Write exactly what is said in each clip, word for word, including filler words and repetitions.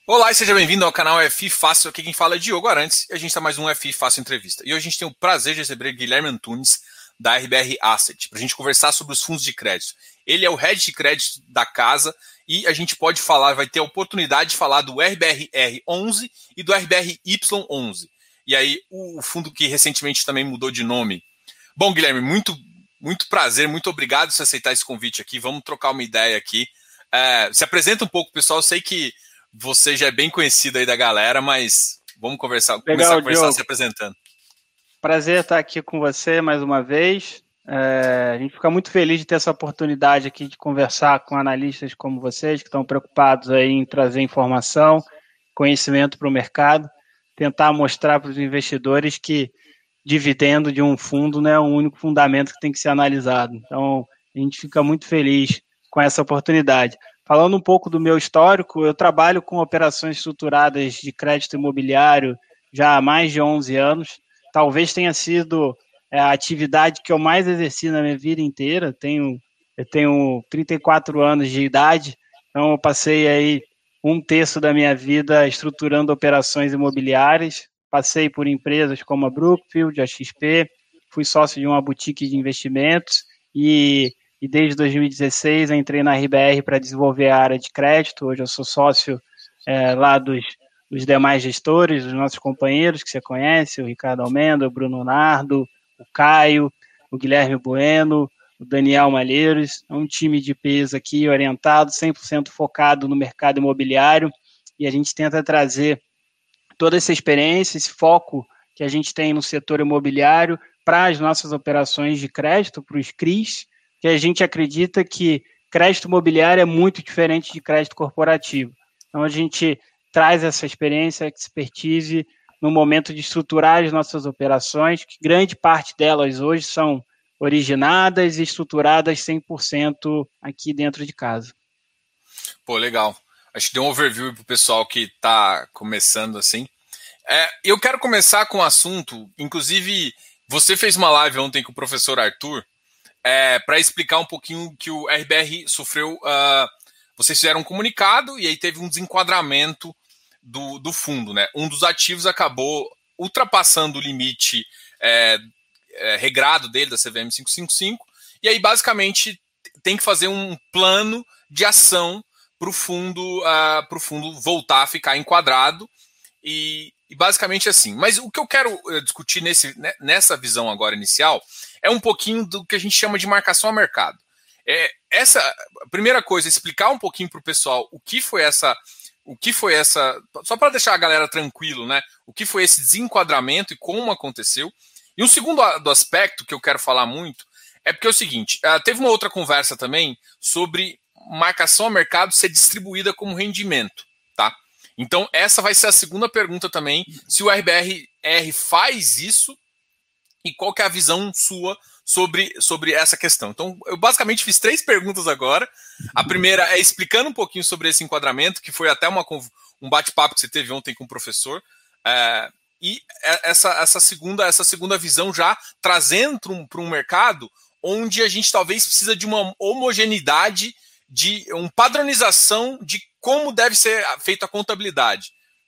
Olá e seja bem-vindo ao canal F I Fácil. Aqui quem fala é Diogo Arantes e a gente está mais um F I Fácil Entrevista. E hoje a gente tem o prazer de receber Guilherme Antunes, da R B R Asset, para a gente conversar sobre os fundos de crédito. Ele é o head de crédito da casa e a gente pode falar, vai ter a oportunidade de falar do R B R R onze e do R B R Y onze. E aí o fundo que recentemente também mudou de nome. Bom, Guilherme, muito, muito prazer, muito obrigado por você aceitar esse convite aqui. Vamos trocar uma ideia aqui. É, se apresenta um pouco, pessoal. Eu sei que você já é bem conhecido aí da galera, mas vamos conversar, Legal, começar a conversar Diogo. se apresentando. Prazer estar aqui com você mais uma vez. É, a gente fica muito feliz de ter essa oportunidade aqui de conversar com analistas como vocês, que estão preocupados aí em trazer informação, conhecimento para o mercado, tentar mostrar para os investidores que dividendo de um fundo não é o único fundamento que tem que ser analisado. Então, a gente fica muito feliz com essa oportunidade. Falando um pouco do meu histórico, eu trabalho com operações estruturadas de crédito imobiliário já há mais de onze anos. Talvez tenha sido a atividade que eu mais exerci na minha vida inteira. Tenho, eu tenho trinta e quatro anos de idade, então eu passei aí um terço da minha vida estruturando operações imobiliárias. Passei por empresas como a Brookfield, a X P, fui sócio de uma boutique de investimentos e E desde dois mil e dezesseis eu entrei na R B R para desenvolver a área de crédito. Hoje eu sou sócio é, lá dos, dos demais gestores, dos nossos companheiros que você conhece, o Ricardo Almenda, o Bruno Nardo, o Caio, o Guilherme Bueno, o Daniel Malheiros. É um time de peso aqui orientado, cem por cento focado no mercado imobiliário, e a gente tenta trazer toda essa experiência, esse foco que a gente tem no setor imobiliário para as nossas operações de crédito, para os C R Is, que a gente acredita que crédito imobiliário é muito diferente de crédito corporativo. Então, a gente traz essa experiência, expertise no momento de estruturar as nossas operações, que grande parte delas hoje são originadas e estruturadas cem por cento aqui dentro de casa. Pô, legal. Acho que deu um overview para o pessoal que está começando assim. É, eu quero começar com um assunto, inclusive você fez uma live ontem com o professor Arthur, É, para explicar um pouquinho que o R B R sofreu. Uh, vocês fizeram um comunicado e aí teve um desenquadramento do, do fundo, né? Um dos ativos acabou ultrapassando o limite é, é, regrado dele, da C V M quinhentos e cinquenta e cinco, e aí basicamente tem que fazer um plano de ação para o fundo, uh, pro fundo voltar a ficar enquadrado. E, e basicamente assim. Mas o que eu quero uh, discutir nesse, né, nessa visão agora inicial é um pouquinho do que a gente chama de marcação a mercado. É, essa a primeira coisa, explicar um pouquinho para o pessoal o que foi essa, o que foi essa, só para deixar a galera tranquilo, né? O que foi esse desenquadramento e como aconteceu. E um segundo do aspecto que eu quero falar muito é porque é o seguinte: uh, teve uma outra conversa também sobre marcação a mercado ser distribuída como rendimento, tá? Então, essa vai ser a segunda pergunta também, se o R B R R faz isso e qual que é a visão sua sobre, sobre essa questão. Então, eu basicamente fiz três perguntas agora. A primeira é explicando um pouquinho sobre esse enquadramento, que foi até uma, um bate-papo que você teve ontem com o professor, é, e essa, essa, segunda, essa segunda visão já trazendo para um, para um mercado onde a gente talvez precisa de uma homogeneidade, de uma padronização de como deve ser feita a contabilidade.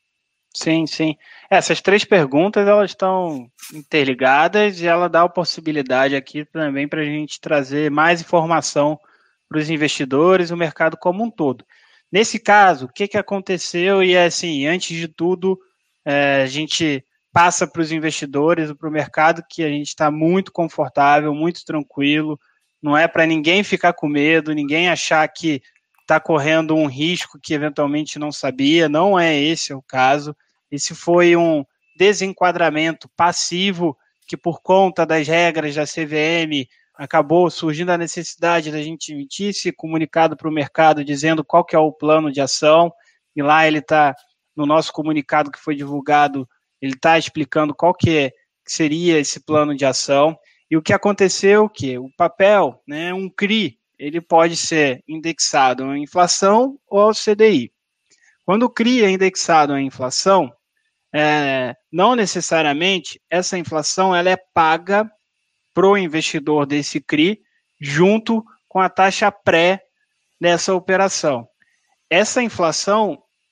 Sim, sim. Essas três perguntas, elas estão interligadas e ela dá a possibilidade aqui também para a gente trazer mais informação para os investidores e o mercado como um todo. Nesse caso, o que, que aconteceu? E assim, antes de tudo, é, a gente passa para os investidores, para o mercado, que a gente está muito confortável, muito tranquilo, não é para ninguém ficar com medo, ninguém achar que está correndo um risco que eventualmente não sabia, não é esse o caso. Esse foi um desenquadramento passivo que, por conta das regras da C V M, acabou surgindo a necessidade da gente emitir esse comunicado para o mercado dizendo qual que é o plano de ação, e lá ele está, no nosso comunicado que foi divulgado, ele está explicando qual que, é, que seria esse plano de ação. E o que aconteceu, o que? O papel, né, um C R I, ele pode ser indexado à inflação ou ao C D I. Quando o C R I é indexado à inflação, é, não necessariamente essa inflação ela é paga para o investidor desse C R I junto com a taxa pré dessa operação. Essa inflação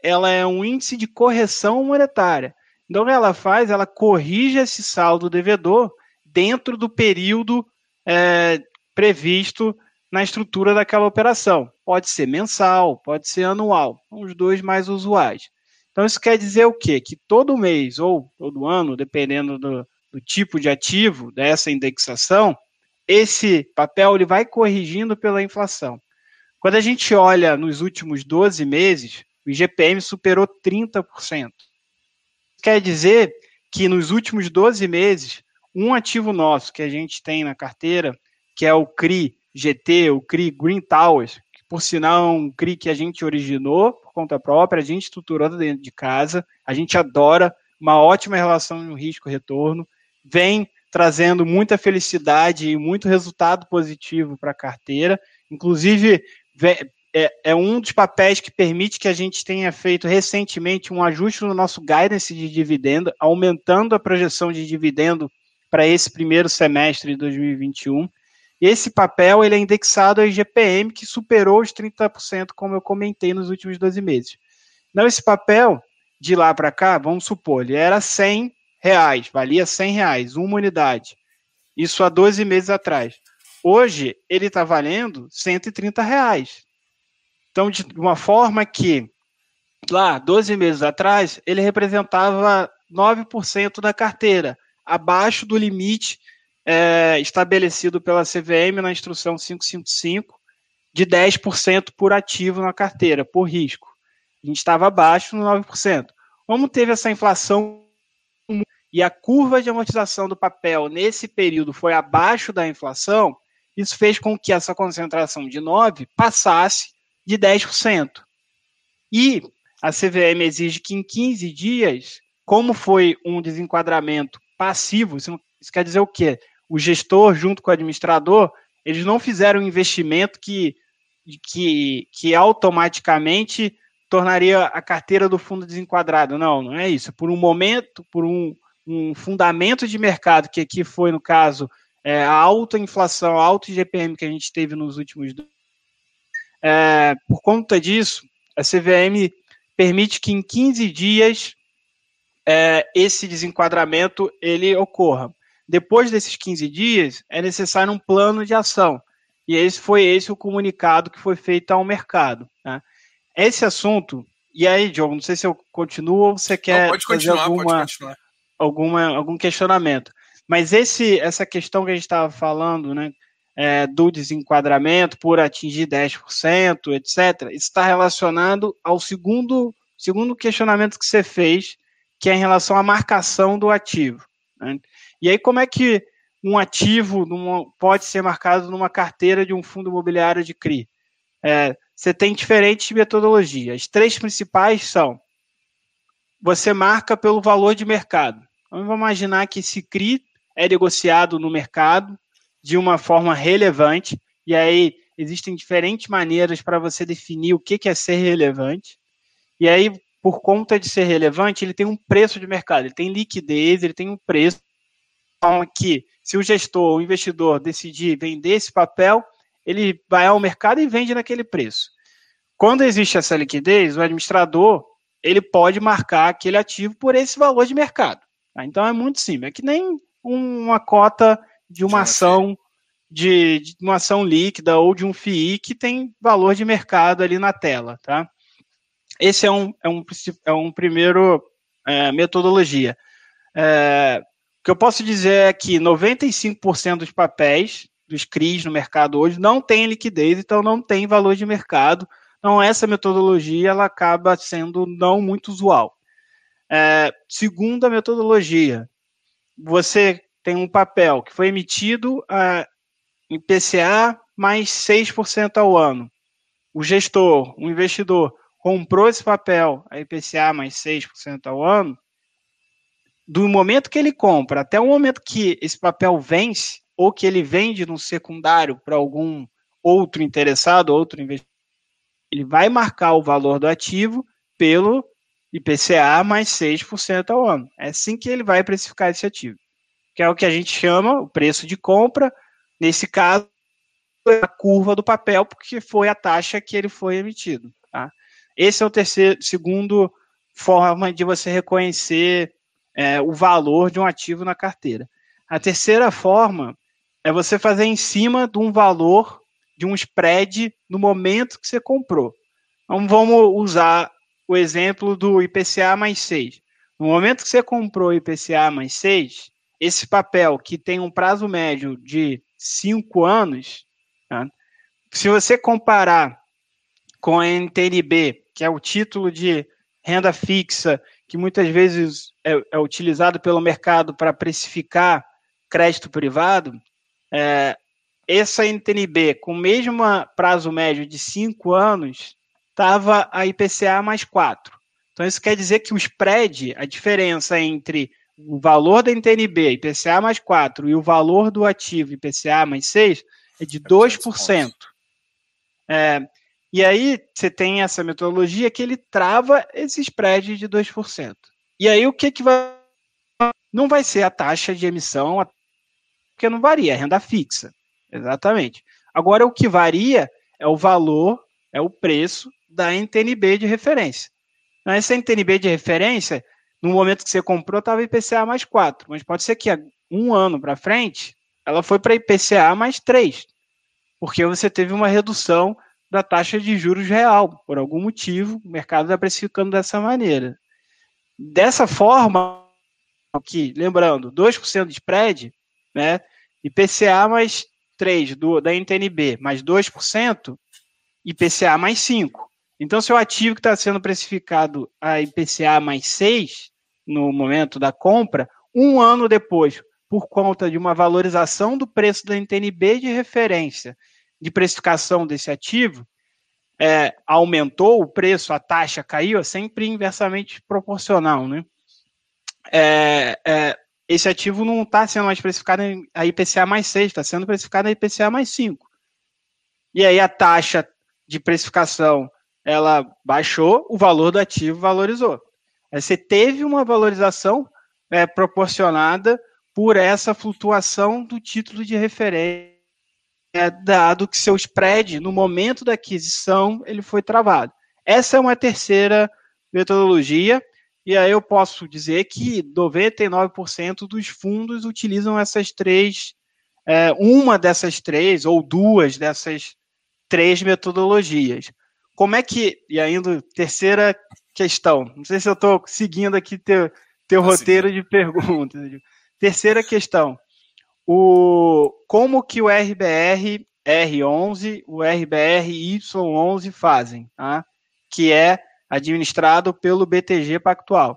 ela é um índice de correção monetária. Então, o que ela faz? Ela corrige esse saldo devedor dentro do período é, previsto na estrutura daquela operação. Pode ser mensal, pode ser anual, são os dois mais usuais. Então, isso quer dizer o quê? Que todo mês ou todo ano, dependendo do, do tipo de ativo dessa indexação, esse papel ele vai corrigindo pela inflação. Quando a gente olha nos últimos doze meses, o I G P M superou trinta por cento. Quer dizer que nos últimos doze meses, um ativo nosso que a gente tem na carteira, que é o C R I G T, o C R I Green Towers, que por sinal é um C R I que a gente originou por conta própria, a gente estruturou dentro de casa, a gente adora, uma ótima relação no risco-retorno, vem trazendo muita felicidade e muito resultado positivo para a carteira, inclusive é, é um dos papéis que permite que a gente tenha feito recentemente um ajuste no nosso guidance de dividendo, aumentando a projeção de dividendo para esse primeiro semestre de dois mil e vinte e um. Esse papel ele é indexado ao I G P M, que superou os trinta por cento, como eu comentei nos últimos doze meses. Então, esse papel, de lá para cá, vamos supor, ele era cem reais, valia cem reais, uma unidade. Isso há doze meses atrás. Hoje, ele está valendo cento e trinta reais. Então, de uma forma que, lá, doze meses atrás, ele representava nove por cento da carteira, abaixo do limite é, estabelecido pela C V M na instrução quinhentos e cinquenta e cinco, de dez por cento por ativo na carteira, por risco. A gente estava abaixo no nove por cento. Como teve essa inflação e a curva de amortização do papel nesse período foi abaixo da inflação, isso fez com que essa concentração de nove por cento passasse de dez por cento. E a C V M exige que em quinze dias, como foi um desenquadramento passivo, isso, isso quer dizer o quê? O gestor, junto com o administrador, eles não fizeram um investimento que, que, que automaticamente tornaria a carteira do fundo desenquadrada. Não, não é isso. Por um momento, por um, um fundamento de mercado, que aqui foi, no caso, é, a alta inflação, a alta I G P M que a gente teve nos últimos dois. É, por conta disso, a C V M permite que em quinze dias é, esse desenquadramento ele ocorra. Depois desses quinze dias, é necessário um plano de ação. E esse foi esse o comunicado que foi feito ao mercado. Né? Esse assunto, e aí, Diogo, não sei se eu continuo ou você quer não, pode continuar, fazer alguma, pode continuar. Alguma, algum questionamento. Mas esse, essa questão que a gente estava falando, né, é, do desenquadramento por atingir dez por cento, etcétera, isso está relacionado ao segundo, segundo questionamento que você fez, que é em relação à marcação do ativo. Né? E aí, como é que um ativo numa, pode ser marcado numa carteira de um fundo imobiliário de C R I? É, você tem diferentes metodologias. As três principais são: você marca pelo valor de mercado. Então, vamos imaginar que esse C R I é negociado no mercado de uma forma relevante, e aí existem diferentes maneiras para você definir o que é ser relevante, e aí, por conta de ser relevante, ele tem um preço de mercado, ele tem liquidez, ele tem um preço, que se o gestor, o investidor decidir vender esse papel, ele vai ao mercado e vende naquele preço. Quando existe essa liquidez, o administrador ele pode marcar aquele ativo por esse valor de mercado. Tá? Então é muito simples, é que nem uma cota de uma ação de, de uma ação líquida ou de um F I I que tem valor de mercado ali na tela. Tá? Esse é um, é um, é um primeiro é, metodologia. É, o que eu posso dizer é que noventa e cinco por cento dos papéis, dos C R Is no mercado hoje, não tem liquidez, então não tem valor de mercado. Então, essa metodologia ela acaba sendo não muito usual. É, segunda metodologia, você tem um papel que foi emitido uh, em P C A mais seis por cento ao ano. O gestor, o investidor, comprou esse papel a I P C A mais seis por cento ao ano. Do momento que ele compra até o momento que esse papel vence, ou que ele vende no secundário para algum outro interessado, outro investidor, ele vai marcar o valor do ativo pelo I P C A mais seis por cento ao ano. É assim que ele vai precificar esse ativo, que é o que a gente chama o preço de compra, nesse caso, a curva do papel, porque foi a taxa que ele foi emitido. Tá? Esse é o terceiro, segundo forma de você reconhecer é, o valor de um ativo na carteira. A terceira forma é você fazer em cima de um valor, de um spread no momento que você comprou. Então, vamos usar o exemplo do I P C A mais seis. No momento que você comprou o I P C A mais seis, esse papel que tem um prazo médio de cinco anos, tá? Se você comparar com a N T N B, que é o título de renda fixa, que muitas vezes é, é utilizado pelo mercado para precificar crédito privado, é, essa N T N B, com o mesmo prazo médio de cinco anos, estava a I P C A mais quatro. Então, isso quer dizer que o spread, a diferença entre o valor da N T N B, I P C A mais quatro, e o valor do ativo, I P C A mais seis, é de dois por cento. É, e aí, você tem essa metodologia que ele trava esse spread de dois por cento. E aí, o que, que vai... Não vai ser a taxa de emissão, porque não varia, é renda fixa. Exatamente. Agora, o que varia é o valor, é o preço da N T N B de referência. Essa N T N B de referência, no momento que você comprou, estava I P C A mais quatro, mas pode ser que há um ano para frente, ela foi para I P C A mais três, porque você teve uma redução da taxa de juros real. Por algum motivo, o mercado está precificando dessa maneira. Dessa forma, aqui, lembrando, dois por cento de spread, né, I P C A mais três do, da N T N B mais dois por cento, I P C A mais cinco. Então, se o ativo que está sendo precificado a I P C A mais seis, no momento da compra, um ano depois, por conta de uma valorização do preço da N T N B de referência de precificação desse ativo, é, aumentou o preço, a taxa caiu, é sempre inversamente proporcional, né? É, é, esse ativo não está sendo mais precificado a I P C A mais seis, está sendo precificado a I P C A mais cinco. E aí a taxa de precificação ela baixou, o valor do ativo valorizou. Aí você teve uma valorização é, proporcionada por essa flutuação do título de referência, é, dado que seu spread, no momento da aquisição, ele foi travado. Essa é uma terceira metodologia, e aí eu posso dizer que noventa e nove por cento dos fundos utilizam essas três, é, uma dessas três, ou duas dessas três metodologias. Como é que, e ainda terceira questão, não sei se eu estou seguindo aqui teu, teu tá roteiro seguindo de perguntas. Terceira questão, o, como que o R B R R onze, o R B R Y onze fazem, tá? Que é administrado pelo B T G Pactual.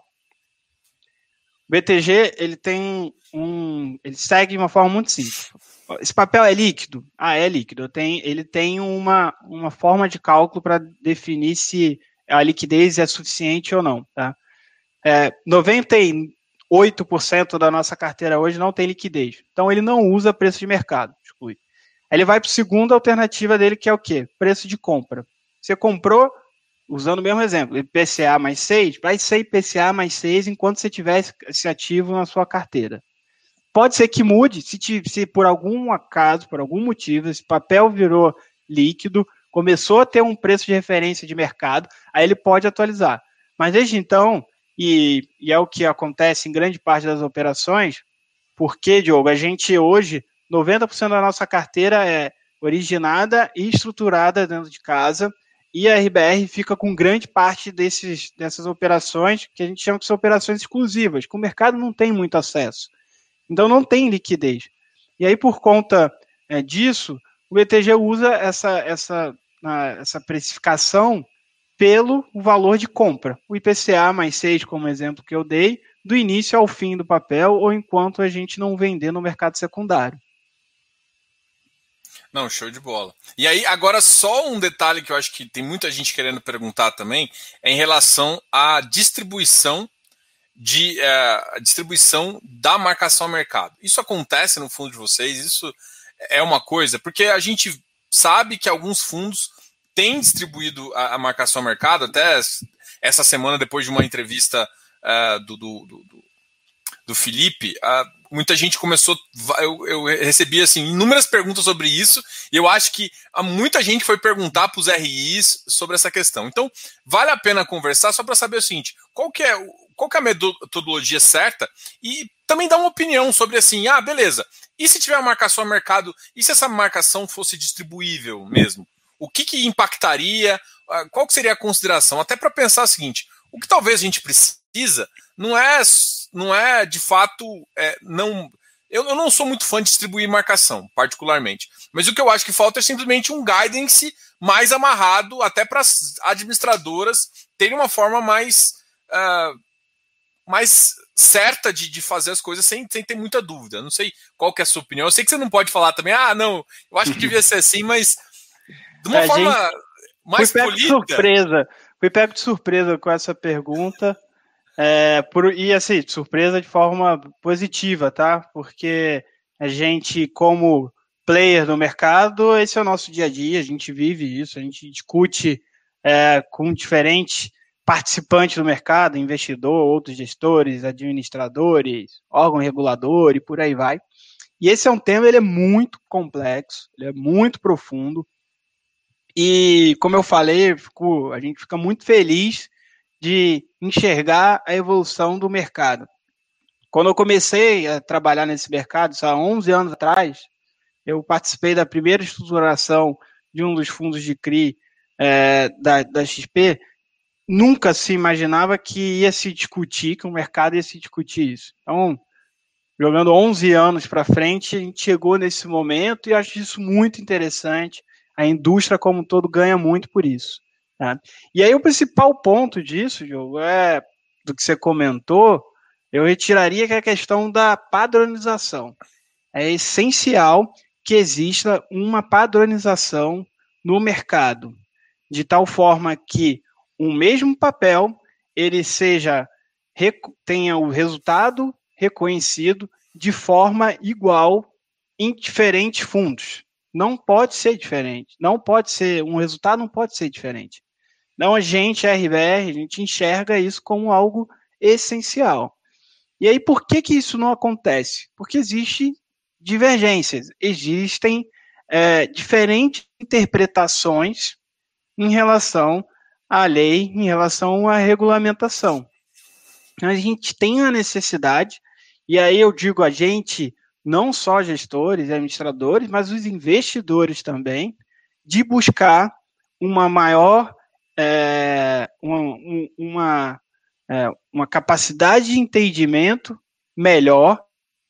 O B T G, ele tem um, ele segue de uma forma muito simples. Esse papel é líquido? Ah, é líquido. Tem, ele tem uma, uma forma de cálculo para definir se a liquidez é suficiente ou não. Tá? É, noventa e oito por cento da nossa carteira hoje não tem liquidez. Então, ele não usa preço de mercado. Exclui. Aí ele vai para a segunda alternativa dele, que é o quê? Preço de compra. Você comprou, usando o mesmo exemplo, I P C A mais seis, vai ser I P C A mais seis enquanto você tiver esse ativo na sua carteira. Pode ser que mude, se, te, se por algum acaso, por algum motivo, esse papel virou líquido, começou a ter um preço de referência de mercado, aí ele pode atualizar. Mas desde então, e, e é o que acontece em grande parte das operações, porque, Diogo, a gente hoje, noventa por cento da nossa carteira é originada e estruturada dentro de casa, e a R B R fica com grande parte desses, dessas operações, que a gente chama de são operações exclusivas, que o mercado não tem muito acesso. Então, não tem liquidez. E aí, por conta é, disso, o B T G usa essa, essa, essa precificação pelo valor de compra. O I P C A mais seis, como exemplo que eu dei, do início ao fim do papel, ou enquanto a gente não vender no mercado secundário. Não, show de bola. E aí, agora só um detalhe que eu acho que tem muita gente querendo perguntar também, é em relação à distribuição de uh, distribuição da marcação ao mercado. Isso acontece no fundo de vocês? Isso é uma coisa? Porque a gente sabe que alguns fundos têm distribuído a, a marcação ao mercado, até essa semana, depois de uma entrevista uh, do, do, do, do Felipe, uh, muita gente começou, eu, eu recebi assim, inúmeras perguntas sobre isso, e eu acho que muita gente foi perguntar para os R Is sobre essa questão. Então, vale a pena conversar só para saber o seguinte, qual que, é, qual que é a metodologia certa, e também dar uma opinião sobre assim, ah, beleza, e se tiver uma marcação a mercado, e se essa marcação fosse distribuível mesmo? O que, que impactaria? Qual que seria a consideração? Até para pensar o seguinte, o que talvez a gente precisa não é, não é de fato, é, não, eu, eu não sou muito fã de distribuir marcação, particularmente, mas o que eu acho que falta é simplesmente um guidance mais amarrado, até para as administradoras terem uma forma mais, uh, mais certa de, de fazer as coisas sem, sem ter muita dúvida. Não sei qual que é a sua opinião, eu sei que você não pode falar também, ah, não, eu acho que devia ser assim, mas de uma a forma gente... mais fui pego política. de surpresa, fui pego de surpresa com essa pergunta. É, por, e assim, surpresa de forma positiva, tá? Porque a gente, como player do mercado, esse é o nosso dia a dia, a gente vive isso, a gente discute é, com diferentes participantes do mercado, investidor, outros gestores, administradores, órgão regulador e por aí vai. E esse é um tema, ele é muito complexo, ele é muito profundo, e como eu falei, eu fico, a gente fica muito feliz de enxergar a evolução do mercado. Quando eu comecei a trabalhar nesse mercado, isso há onze anos atrás, eu participei da primeira estruturação de um dos fundos de C R I é, da, da X P, nunca se imaginava que ia se discutir, que o mercado ia se discutir isso. Então, jogando onze anos para frente, a gente chegou nesse momento e acho isso muito interessante. A indústria como um todo ganha muito por isso. Tá? E aí o principal ponto disso, Diogo, é do que você comentou, eu retiraria que é a questão da padronização. É essencial que exista uma padronização no mercado, de tal forma que o mesmo papel ele seja tenha o resultado reconhecido de forma igual em diferentes fundos. Não pode ser diferente. Não pode ser, um resultado não pode ser diferente. Então, a gente, a R B R, a gente enxerga isso como algo essencial. E aí, por que que isso não acontece? Porque existem divergências, existem é, diferentes interpretações em relação à lei, em relação à regulamentação. Então, a gente tem a necessidade, e aí eu digo a gente, não só gestores e administradores, mas os investidores também, de buscar uma maior É, uma, uma, é, uma capacidade de entendimento melhor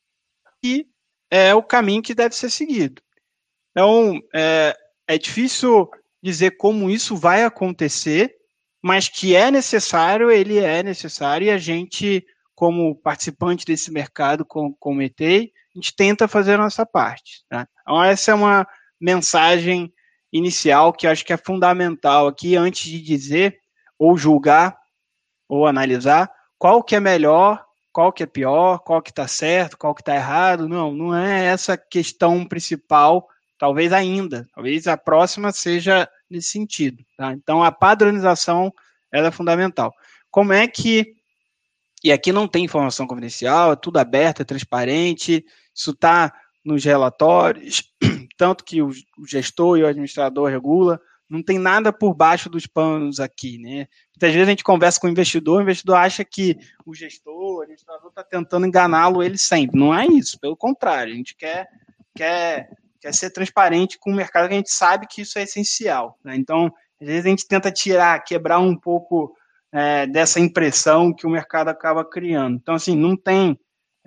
e é o caminho que deve ser seguido. Então, é, é difícil dizer como isso vai acontecer, mas que é necessário, ele é necessário, e a gente, como participante desse mercado, como comentei, a gente tenta fazer a nossa parte. Tá? Então, essa é uma mensagem inicial que eu acho que é fundamental aqui, antes de dizer, ou julgar, ou analisar, qual que é melhor, qual que é pior, qual que está certo, qual que está errado. Não, não é essa questão principal, talvez ainda, talvez a próxima seja nesse sentido. Tá? Então, a padronização ela é fundamental. Como é que, e aqui não tem informação confidencial, é tudo aberto, é transparente, isso está nos relatórios, tanto que o gestor e o administrador regula, não tem nada por baixo dos panos aqui, né? Muitas vezes a gente conversa com o investidor, o investidor acha que o gestor, o administrador está tentando enganá-lo ele sempre. Não é isso, pelo contrário, a gente quer, quer, quer ser transparente com o mercado, que a gente sabe que isso é essencial, né? Então, às vezes a gente tenta tirar, quebrar um pouco é, dessa impressão que o mercado acaba criando. Então, assim, não tem,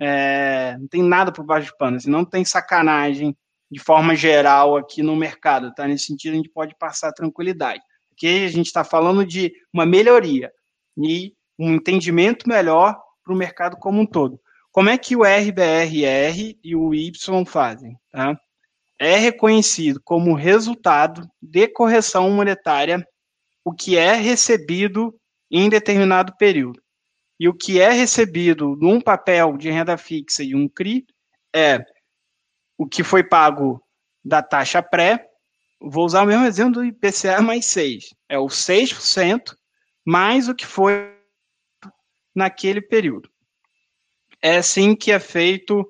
é, não tem nada por baixo dos panos, assim, não tem sacanagem de forma geral aqui no mercado, tá? Nesse sentido, a gente pode passar tranquilidade. Porque a gente está falando de uma melhoria e um entendimento melhor para o mercado como um todo. Como é que o R B R R e o Y fazem? Tá? É reconhecido como resultado de correção monetária o que é recebido em determinado período. E o que é recebido num papel de renda fixa e um C R I é o que foi pago da taxa pré, vou usar o mesmo exemplo do I P C A mais seis, é o seis por cento mais o que foi naquele período. É assim que é feito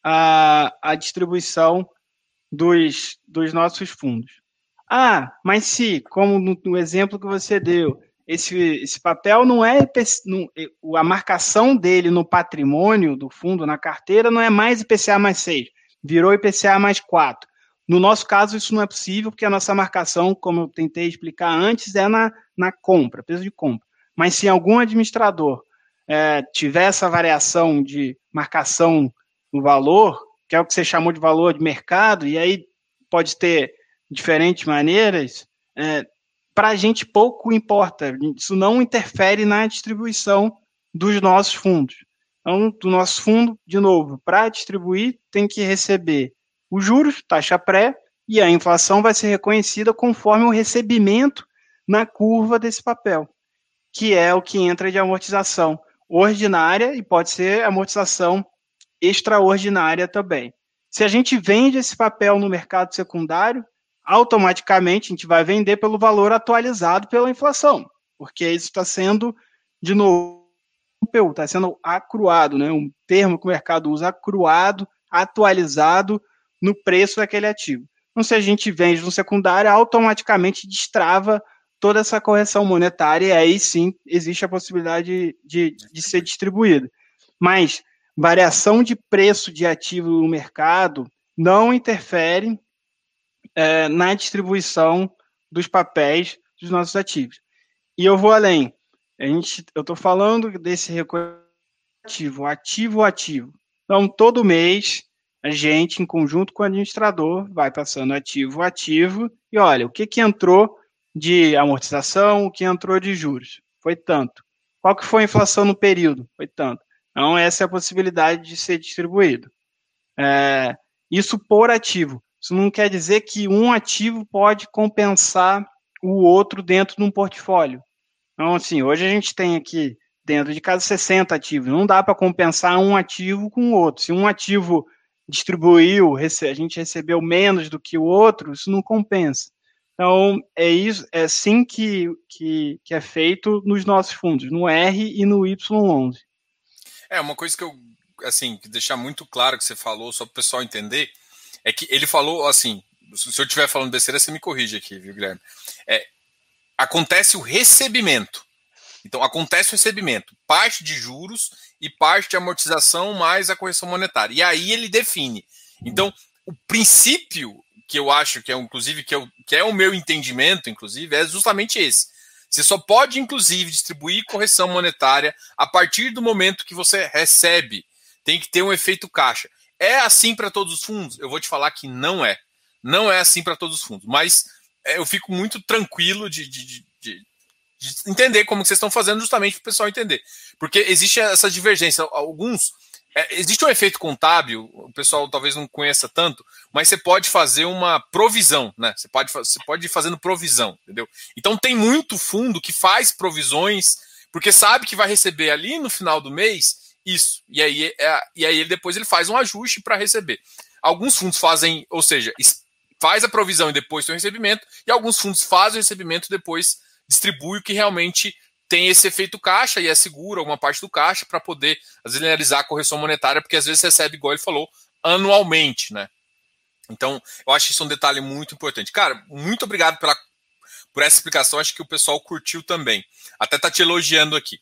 a, a distribuição dos, dos nossos fundos. Ah, mas se, como no, no exemplo que você deu, esse, esse papel não é, não, a marcação dele no patrimônio do fundo, na carteira, não é mais I P C A mais seis, virou I P C A mais quatro. No nosso caso, isso não é possível, porque a nossa marcação, como eu tentei explicar antes, é na, na compra, peso de compra. Mas se algum administrador é, tiver essa variação de marcação no valor, que é o que você chamou de valor de mercado, e aí pode ter diferentes maneiras, é, para a gente pouco importa. Isso não interfere na distribuição dos nossos fundos. Então, do nosso fundo, de novo, para distribuir, tem que receber os juros, taxa pré, e a inflação vai ser reconhecida conforme o recebimento na curva desse papel, que é o que entra de amortização ordinária e pode ser amortização extraordinária também. Se a gente vende esse papel no mercado secundário, automaticamente a gente vai vender pelo valor atualizado pela inflação, porque isso está sendo, de novo, está sendo acruado, né? Um termo que o mercado usa, acruado, atualizado no preço daquele ativo. Então, se a gente vende no secundário, automaticamente destrava toda essa correção monetária, e aí sim existe a possibilidade de, de, de ser distribuído. Mas variação de preço de ativo no mercado não interfere é, na distribuição dos papéis dos nossos ativos. E eu vou além. A gente, eu estou falando desse recolhimento ativo, ativo, ativo. Então, todo mês, a gente, em conjunto com o administrador, vai passando ativo, ativo, e olha, o que, que entrou de amortização, o que entrou de juros? Foi tanto. Qual que foi a inflação no período? Foi tanto. Então, essa é a possibilidade de ser distribuído. É, isso por ativo. Isso não quer dizer que um ativo pode compensar o outro dentro de um portfólio. Então, assim, hoje a gente tem aqui, dentro de cada sessenta ativos, não dá para compensar um ativo com o outro. Se um ativo distribuiu, a gente recebeu menos do que o outro, isso não compensa. Então, é isso, é assim que, que, que é feito nos nossos fundos, no R e no Y onze. É, uma coisa que eu, assim, deixar muito claro que você falou, só para o pessoal entender, é que ele falou, assim, se eu estiver falando besteira, você me corrige aqui, viu, Guilherme? É, acontece o recebimento. Então, acontece o recebimento, parte de juros e parte de amortização mais a correção monetária. E aí ele define. Então, o princípio que eu acho que é, inclusive, que, eu, que é o meu entendimento, inclusive, é justamente esse. Você só pode, inclusive, distribuir correção monetária a partir do momento que você recebe. Tem que ter um efeito caixa. É assim para todos os fundos? Eu vou te falar que não é. Não é assim para todos os fundos. Mas eu fico muito tranquilo de, de, de, de entender como que vocês estão fazendo, justamente para o pessoal entender. Porque existe essa divergência. Alguns... É, existe um efeito contábil, o pessoal talvez não conheça tanto, mas você pode fazer uma provisão, né? Você pode, você pode ir fazendo provisão, entendeu? Então tem muito fundo que faz provisões, porque sabe que vai receber ali no final do mês isso. E aí, é, e aí ele, depois ele faz um ajuste para receber. Alguns fundos fazem, ou seja, faz a provisão e depois tem o recebimento, e alguns fundos fazem o recebimento e depois distribui o que realmente tem esse efeito caixa e é seguro alguma parte do caixa para poder, às vezes, realizar a correção monetária, porque às vezes recebe, igual ele falou, anualmente, né? Então, eu acho isso um detalhe muito importante. Cara, muito obrigado pela, por essa explicação, acho que o pessoal curtiu também. Até tá te elogiando aqui.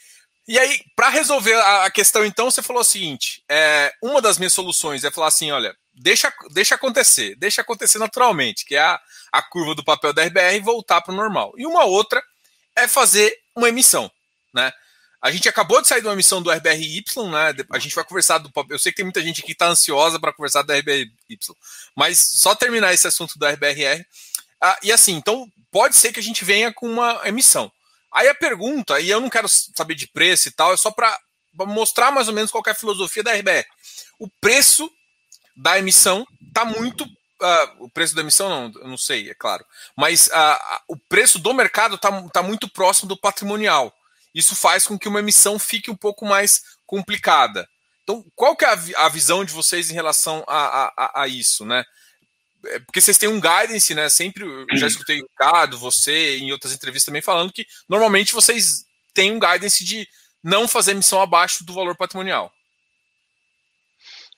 E aí, para resolver a, a questão, então, você falou o seguinte, é, uma das minhas soluções é falar assim, olha, deixa, deixa acontecer, deixa acontecer naturalmente, que é a, a curva do papel da R B R voltar para o normal. E uma outra é fazer uma emissão, né? A gente acabou de sair de uma emissão do R B R Y, né? A gente vai conversar do papel. Eu sei que tem muita gente que está ansiosa para conversar do R B R Y, mas só terminar esse assunto do R B R R. Ah, e assim, então pode ser que a gente venha com uma emissão. Aí a pergunta, e eu não quero saber de preço e tal, é só para mostrar mais ou menos qual é a filosofia da R B R. O preço da emissão está muito. Uh, o preço da emissão, não, eu não sei, é claro. Mas uh, o preço do mercado está tá muito próximo do patrimonial. Isso faz com que uma emissão fique um pouco mais complicada. Então, qual que é a, a visão de vocês em relação a, a, a isso, né? Porque vocês têm um guidance, né? Sempre, eu já escutei o Ricardo, você, em outras entrevistas também, falando que normalmente vocês têm um guidance de não fazer emissão abaixo do valor patrimonial.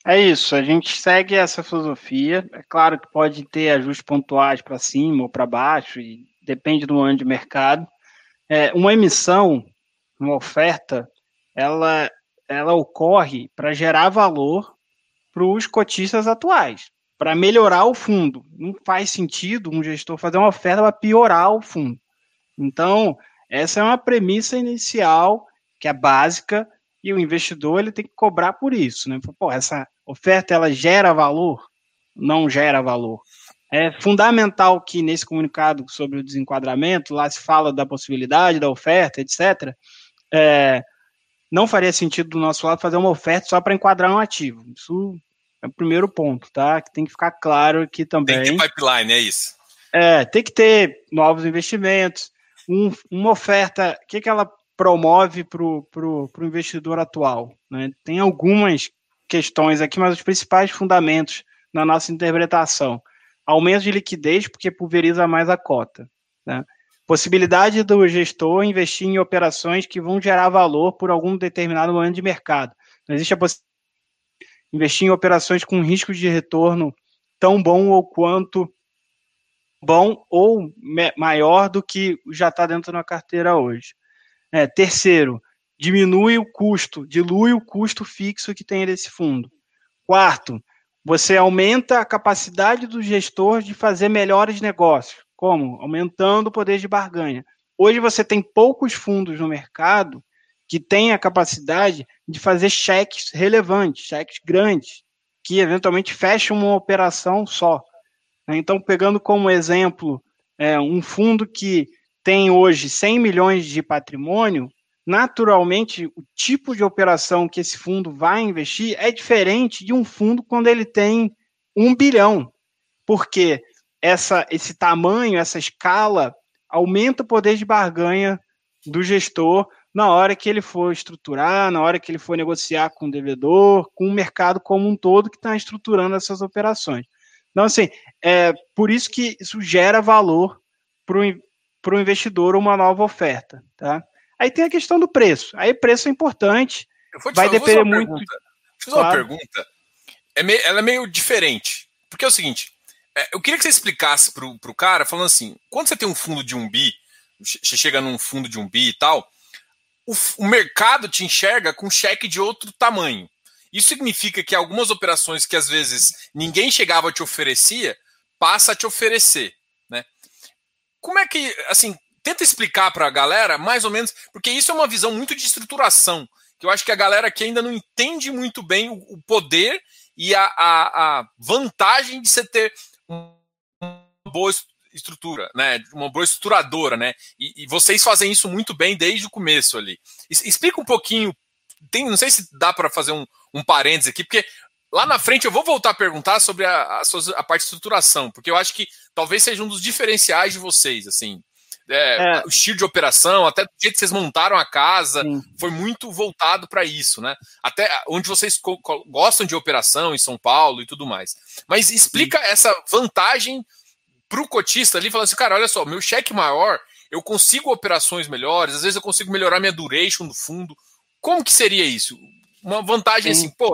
É isso, a gente segue essa filosofia. É claro que pode ter ajustes pontuais para cima ou para baixo, e depende do ano de mercado. É, uma emissão, uma oferta, ela, ela ocorre para gerar valor para os cotistas atuais, para melhorar o fundo. Não faz sentido um gestor fazer uma oferta para piorar o fundo. Então, essa é uma premissa inicial, que é básica, e o investidor ele tem que cobrar por isso. Né? Pô, essa oferta ela gera valor? Não gera valor. É fundamental que nesse comunicado sobre o desenquadramento, lá se fala da possibilidade da oferta, etcétera. É, não faria sentido do nosso lado fazer uma oferta só para enquadrar um ativo. Isso é o primeiro ponto, tá? Que tem que ficar claro aqui também. Tem que ter pipeline, é isso. É, tem que ter novos investimentos, um, uma oferta, o que, que ela promove para o pro, pro investidor atual? Né? Tem algumas questões aqui, mas os principais fundamentos na nossa interpretação. Aumento de liquidez, porque pulveriza mais a cota. Né? Possibilidade do gestor investir em operações que vão gerar valor por algum determinado momento de mercado. Não existe a possibilidade de investir em operações com risco de retorno tão bom ou quanto bom ou maior do que já está dentro da carteira hoje. É, terceiro, diminui o custo, dilui o custo fixo que tem desse fundo. Quarto, você aumenta a capacidade do gestor de fazer melhores negócios. Como? Aumentando o poder de barganha. Hoje você tem poucos fundos no mercado que têm a capacidade de fazer cheques relevantes, cheques grandes, que eventualmente fecham uma operação só. Então, pegando como exemplo é, um fundo que tem hoje cem milhões de patrimônio, naturalmente o tipo de operação que esse fundo vai investir é diferente de um fundo quando ele tem um bilhão, porque essa, esse tamanho, essa escala, aumenta o poder de barganha do gestor na hora que ele for estruturar, na hora que ele for negociar com o devedor, com o mercado como um todo que está estruturando essas operações. Então, assim, é por isso que isso gera valor para o investidor uma nova oferta, tá? Aí tem a questão do preço. Aí preço é importante, vai falar, depender muito... Pergunta. Deixa eu fazer claro. uma pergunta. É meio, ela é meio diferente. Porque é o seguinte, é, eu queria que você explicasse para o cara, falando assim, quando você tem um fundo de um bi, você chega num fundo de um bi e tal, o, o mercado te enxerga com cheque de outro tamanho. Isso significa que algumas operações que às vezes ninguém chegava a te oferecer, passa a te oferecer, né? Como é que, assim, tenta explicar para a galera, mais ou menos, porque isso é uma visão muito de estruturação, que eu acho que a galera aqui ainda não entende muito bem o, o poder e a, a, a vantagem de você ter uma boa estrutura, né? Uma boa estruturadora, né? E, e vocês fazem isso muito bem desde o começo ali. Explica um pouquinho. Tem, não sei se dá para fazer um, um parênteses aqui, porque lá na frente eu vou voltar a perguntar sobre a, a, a parte de estruturação, porque eu acho que talvez seja um dos diferenciais de vocês, assim, é, é. o estilo de operação, até do jeito que vocês montaram a casa, Sim. foi muito voltado para isso, né? Até onde vocês gostam de operação em São Paulo e tudo mais. Mas explica Sim. essa vantagem para o cotista ali, falando assim, cara, olha só, meu cheque maior, eu consigo operações melhores, às vezes eu consigo melhorar minha duration do fundo. Como que seria isso? Uma vantagem Sim. assim, pô...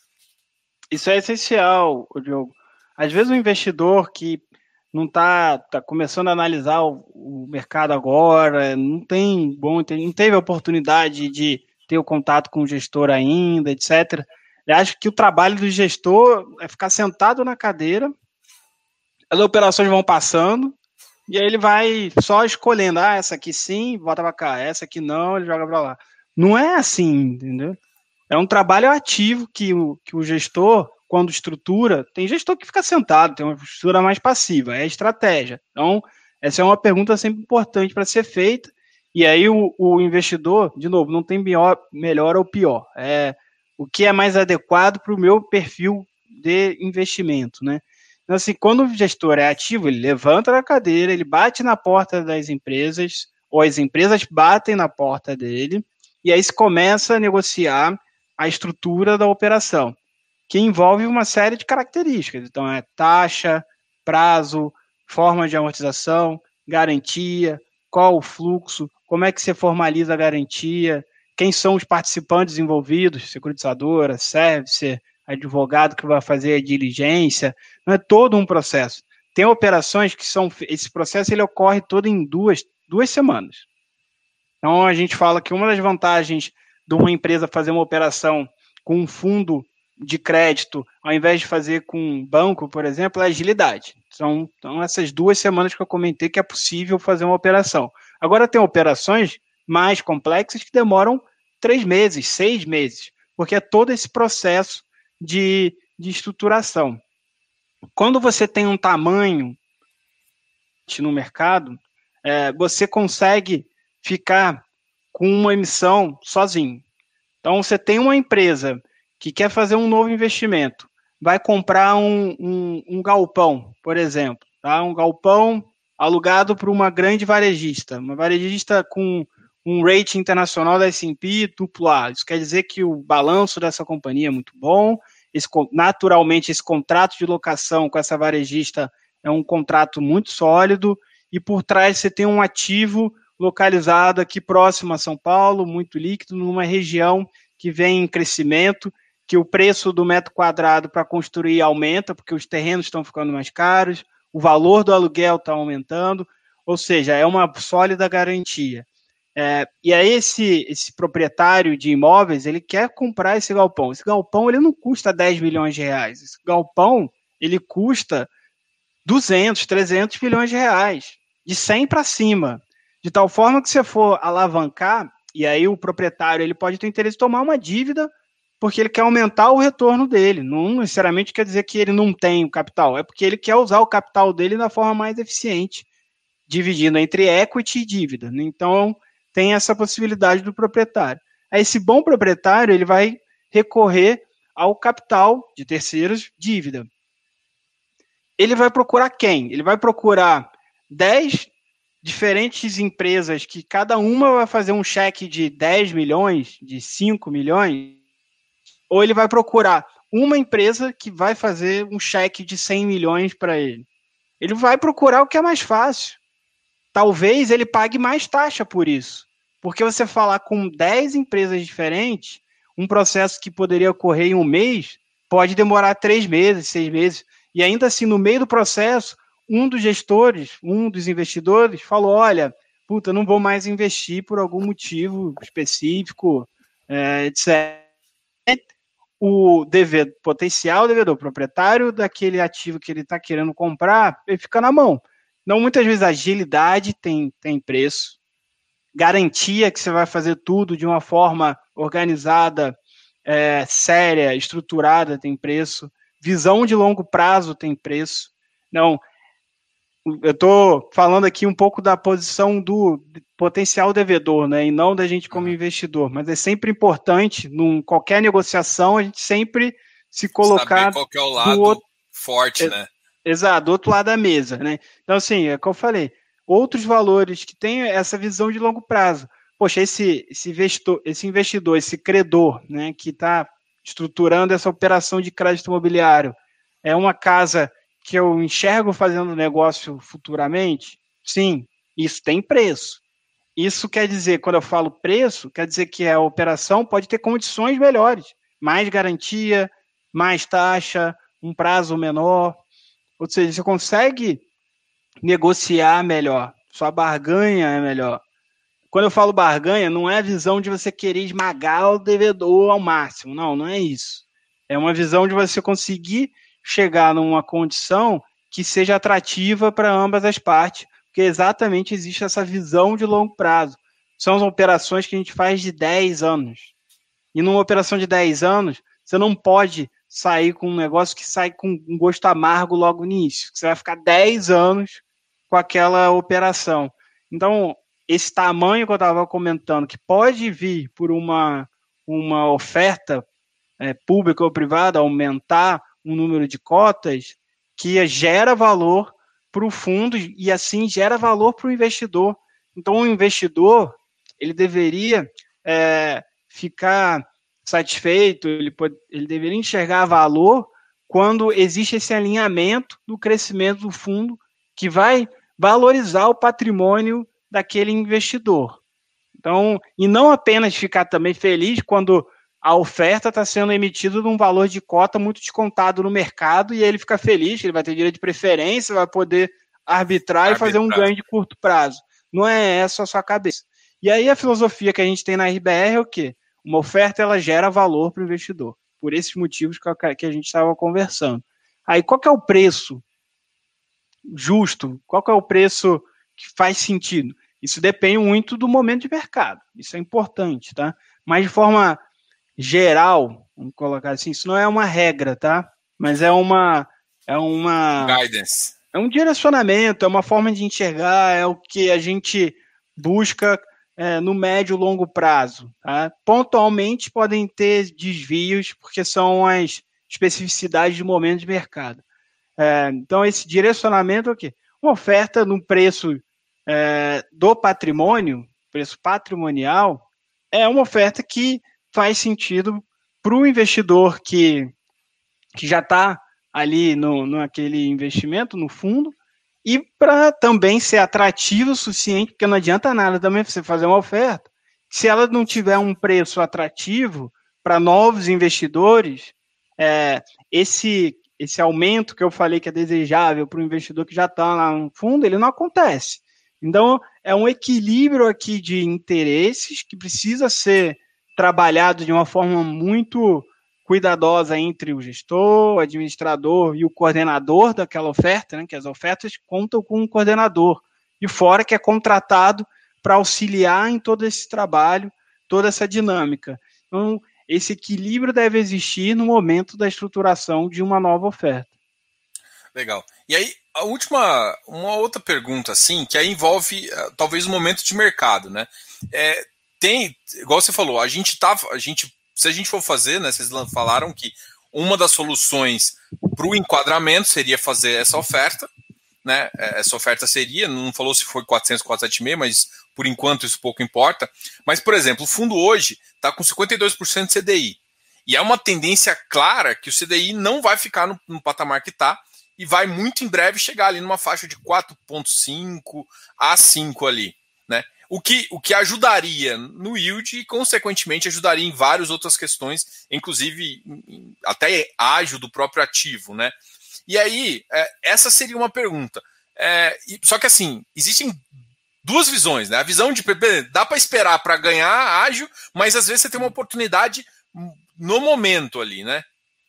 Isso é essencial, Diogo. Às vezes o investidor que não está tá começando a analisar o, o mercado agora, não tem bom, não teve a oportunidade de ter o contato com o gestor ainda, etcétera. Eu acho que o trabalho do gestor é ficar sentado na cadeira, as operações vão passando, e aí ele vai só escolhendo, ah, essa aqui sim, volta para cá, essa aqui não, ele joga para lá. Não é assim, entendeu? É um trabalho ativo que o, que o gestor, quando estrutura, tem gestor que fica sentado, tem uma estrutura mais passiva, é estratégia. Então, essa é uma pergunta sempre importante para ser feita, e aí o, o investidor, de novo, não tem melhor, melhor ou pior, é o que é mais adequado para o meu perfil de investimento, né? Então, assim, quando o gestor é ativo, ele levanta da cadeira, ele bate na porta das empresas, ou as empresas batem na porta dele, e aí se começa a negociar a estrutura da operação, que envolve uma série de características. Então, é taxa, prazo, forma de amortização, garantia, qual o fluxo, como é que você formaliza a garantia, quem são os participantes envolvidos, securitizadora, servicer, advogado que vai fazer a diligência, não é todo um processo. Tem operações que são, esse processo ele ocorre todo em duas, duas semanas. Então, a gente fala que uma das vantagens de uma empresa fazer uma operação com um fundo de crédito, ao invés de fazer com um banco, por exemplo, é a agilidade. São então, essas duas semanas que eu comentei que é possível fazer uma operação. Agora, tem operações mais complexas que demoram três meses, seis meses, porque é todo esse processo de, de estruturação. Quando você tem um tamanho no mercado, é, você consegue ficar com uma emissão sozinho. Então, você tem uma empresa que quer fazer um novo investimento, vai comprar um, um, um galpão, por exemplo, tá? Um galpão alugado para uma grande varejista, uma varejista com um rating internacional da S and P duplo A. Isso quer dizer que o balanço dessa companhia é muito bom, esse, naturalmente esse contrato de locação com essa varejista é um contrato muito sólido, e por trás você tem um ativo localizado aqui próximo a São Paulo, muito líquido, numa região que vem em crescimento, que o preço do metro quadrado para construir aumenta, porque os terrenos estão ficando mais caros, o valor do aluguel está aumentando, ou seja, é uma sólida garantia. É, e aí esse, esse proprietário de imóveis, ele quer comprar esse galpão. Esse galpão ele não custa dez milhões de reais, esse galpão ele custa duzentos, trezentos milhões de reais, de cem para cima. De tal forma que se for alavancar, e aí o proprietário ele pode ter interesse em tomar uma dívida porque ele quer aumentar o retorno dele. Não necessariamente quer dizer que ele não tem o capital, é porque ele quer usar o capital dele da forma mais eficiente, dividindo entre equity e dívida. Então, tem essa possibilidade do proprietário. Aí, esse bom proprietário ele vai recorrer ao capital de terceiros, dívida. Ele vai procurar quem? Ele vai procurar dez diferentes empresas que cada uma vai fazer um cheque de dez milhões, de cinco milhões, ou ele vai procurar uma empresa que vai fazer um cheque de cem milhões para ele. Ele vai procurar o que é mais fácil. Talvez ele pague mais taxa por isso, porque você falar com dez empresas diferentes, um processo que poderia ocorrer em um mês, pode demorar três meses, seis meses, e ainda assim, no meio do processo, um dos gestores, um dos investidores falou, olha, puta, não vou mais investir por algum motivo específico, é, etcétera. O devedor, potencial devedor, proprietário daquele ativo que ele está querendo comprar, ele fica na mão. Então, muitas vezes, agilidade tem, tem preço, garantia que você vai fazer tudo de uma forma organizada, é, séria, estruturada, tem preço, visão de longo prazo tem preço. Não, eu estou falando aqui um pouco da posição do potencial devedor, né, e não da gente como investidor, mas é sempre importante, em qualquer negociação, a gente sempre se colocar... Saber qual que é o lado outro... forte, é, né? Exato, do outro lado da mesa, né? Então, assim, é o que eu falei, outros valores que têm essa visão de longo prazo. Poxa, esse, esse, investidor, esse investidor, esse credor, né, que está estruturando essa operação de crédito imobiliário, é uma casa que eu enxergo fazendo negócio futuramente? Sim, isso tem preço. Isso quer dizer, quando eu falo preço, quer dizer que a operação pode ter condições melhores, mais garantia, mais taxa, um prazo menor. Ou seja, você consegue negociar melhor, sua barganha é melhor. Quando eu falo barganha, não é a visão de você querer esmagar o devedor ao máximo, não, não é isso. É uma visão de você conseguir chegar numa condição que seja atrativa para ambas as partes, porque exatamente existe essa visão de longo prazo. São as operações que a gente faz de dez anos. E numa operação de dez anos, você não pode sair com um negócio que sai com um gosto amargo logo no início. Você vai ficar dez anos com aquela operação. Então, esse tamanho que eu estava comentando, que pode vir por uma, uma oferta é, pública ou privada, aumentar o número de cotas, que gera valor para o fundo e assim gera valor para o investidor. Então, o investidor ele deveria é, ficar satisfeito, ele, pode, ele deveria enxergar valor quando existe esse alinhamento do crescimento do fundo que vai valorizar o patrimônio daquele investidor. Então, e não apenas ficar também feliz quando a oferta está sendo emitida num valor de cota muito descontado no mercado e ele fica feliz, ele vai ter direito de preferência, vai poder arbitrar, arbitrar e fazer um ganho de curto prazo. Não é essa a sua cabeça. E aí a filosofia que a gente tem na R B R é o quê? Uma oferta, ela gera valor para o investidor, por esses motivos que a gente estava conversando. Aí qual que é o preço justo? Qual que é o preço que faz sentido? Isso depende muito do momento de mercado, isso é importante, tá? Mas de forma geral, vamos colocar assim, isso não é uma regra, tá? Mas é uma é uma guidance. É um direcionamento, é uma forma de enxergar, é o que a gente busca é, no médio e longo prazo, tá? Pontualmente podem ter desvios, porque são as especificidades de momento de mercado. É, então, esse direcionamento é o quê? Uma oferta no preço é, do patrimônio, preço patrimonial, é uma oferta que faz sentido para o investidor que, que já está ali no, no aquele investimento, no fundo, e para também ser atrativo o suficiente, porque não adianta nada também você fazer uma oferta, se ela não tiver um preço atrativo para novos investidores, é, esse, esse aumento que eu falei que é desejável para o investidor que já está lá no fundo, ele não acontece. Então, é um equilíbrio aqui de interesses que precisa ser trabalhado de uma forma muito cuidadosa entre o gestor, o administrador e o coordenador daquela oferta, né, que as ofertas contam com um coordenador de fora que é contratado para auxiliar em todo esse trabalho, toda essa dinâmica. Então, esse equilíbrio deve existir no momento da estruturação de uma nova oferta. Legal. E aí, a última, uma outra pergunta, assim, que aí envolve uh, talvez o momento de mercado, né? É, tem, igual você falou, a gente tá, a gente, se a gente for fazer, né? Vocês falaram que uma das soluções para o enquadramento seria fazer essa oferta, né? Essa oferta seria, não falou se foi quatrocentos, quatrocentos e cinquenta, mas por enquanto isso pouco importa. Mas, por exemplo, o fundo hoje está com cinquenta e dois por cento de C D I. E é uma tendência clara que o C D I não vai ficar no, no patamar que está e vai muito em breve chegar ali numa faixa de quatro vírgula cinco a cinco ali, né? O que, o que ajudaria no yield e, consequentemente, ajudaria em várias outras questões, inclusive até ágil do próprio ativo, né? E aí, é, essa seria uma pergunta. É, só que assim, existem duas visões, né? A visão de dá para esperar para ganhar ágil, mas às vezes você tem uma oportunidade no momento ali, né?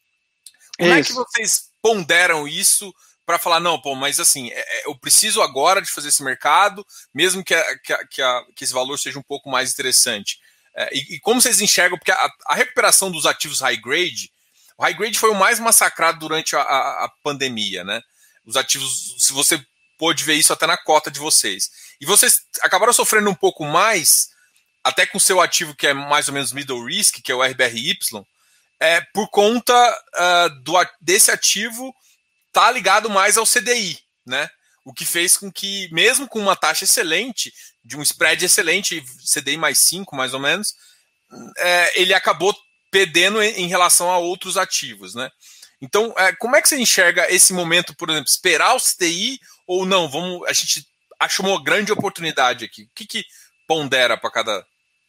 Como isso. É que vocês ponderam isso para falar, não, pô, mas assim, é, eu preciso agora de fazer esse mercado, mesmo que, a, que, a, que, a, que esse valor seja um pouco mais interessante. É, e, e como vocês enxergam, porque a, a recuperação dos ativos high grade, o high grade foi o mais massacrado durante a, a, a pandemia, né? Os ativos, se você pôde ver isso até na cota de vocês. E vocês acabaram sofrendo um pouco mais, até com o seu ativo que é mais ou menos middle risk, que é o R B R Y, é, por conta uh, do, desse ativo tá ligado mais ao C D I, né? O que fez com que, mesmo com uma taxa excelente, de um spread excelente, C D I mais cinco, mais ou menos, é, ele acabou perdendo em relação a outros ativos, né? Então, é, como é que você enxerga esse momento, por exemplo, esperar o C D I ou não? Vamos, a gente achou uma grande oportunidade aqui. O que, que pondera para cada,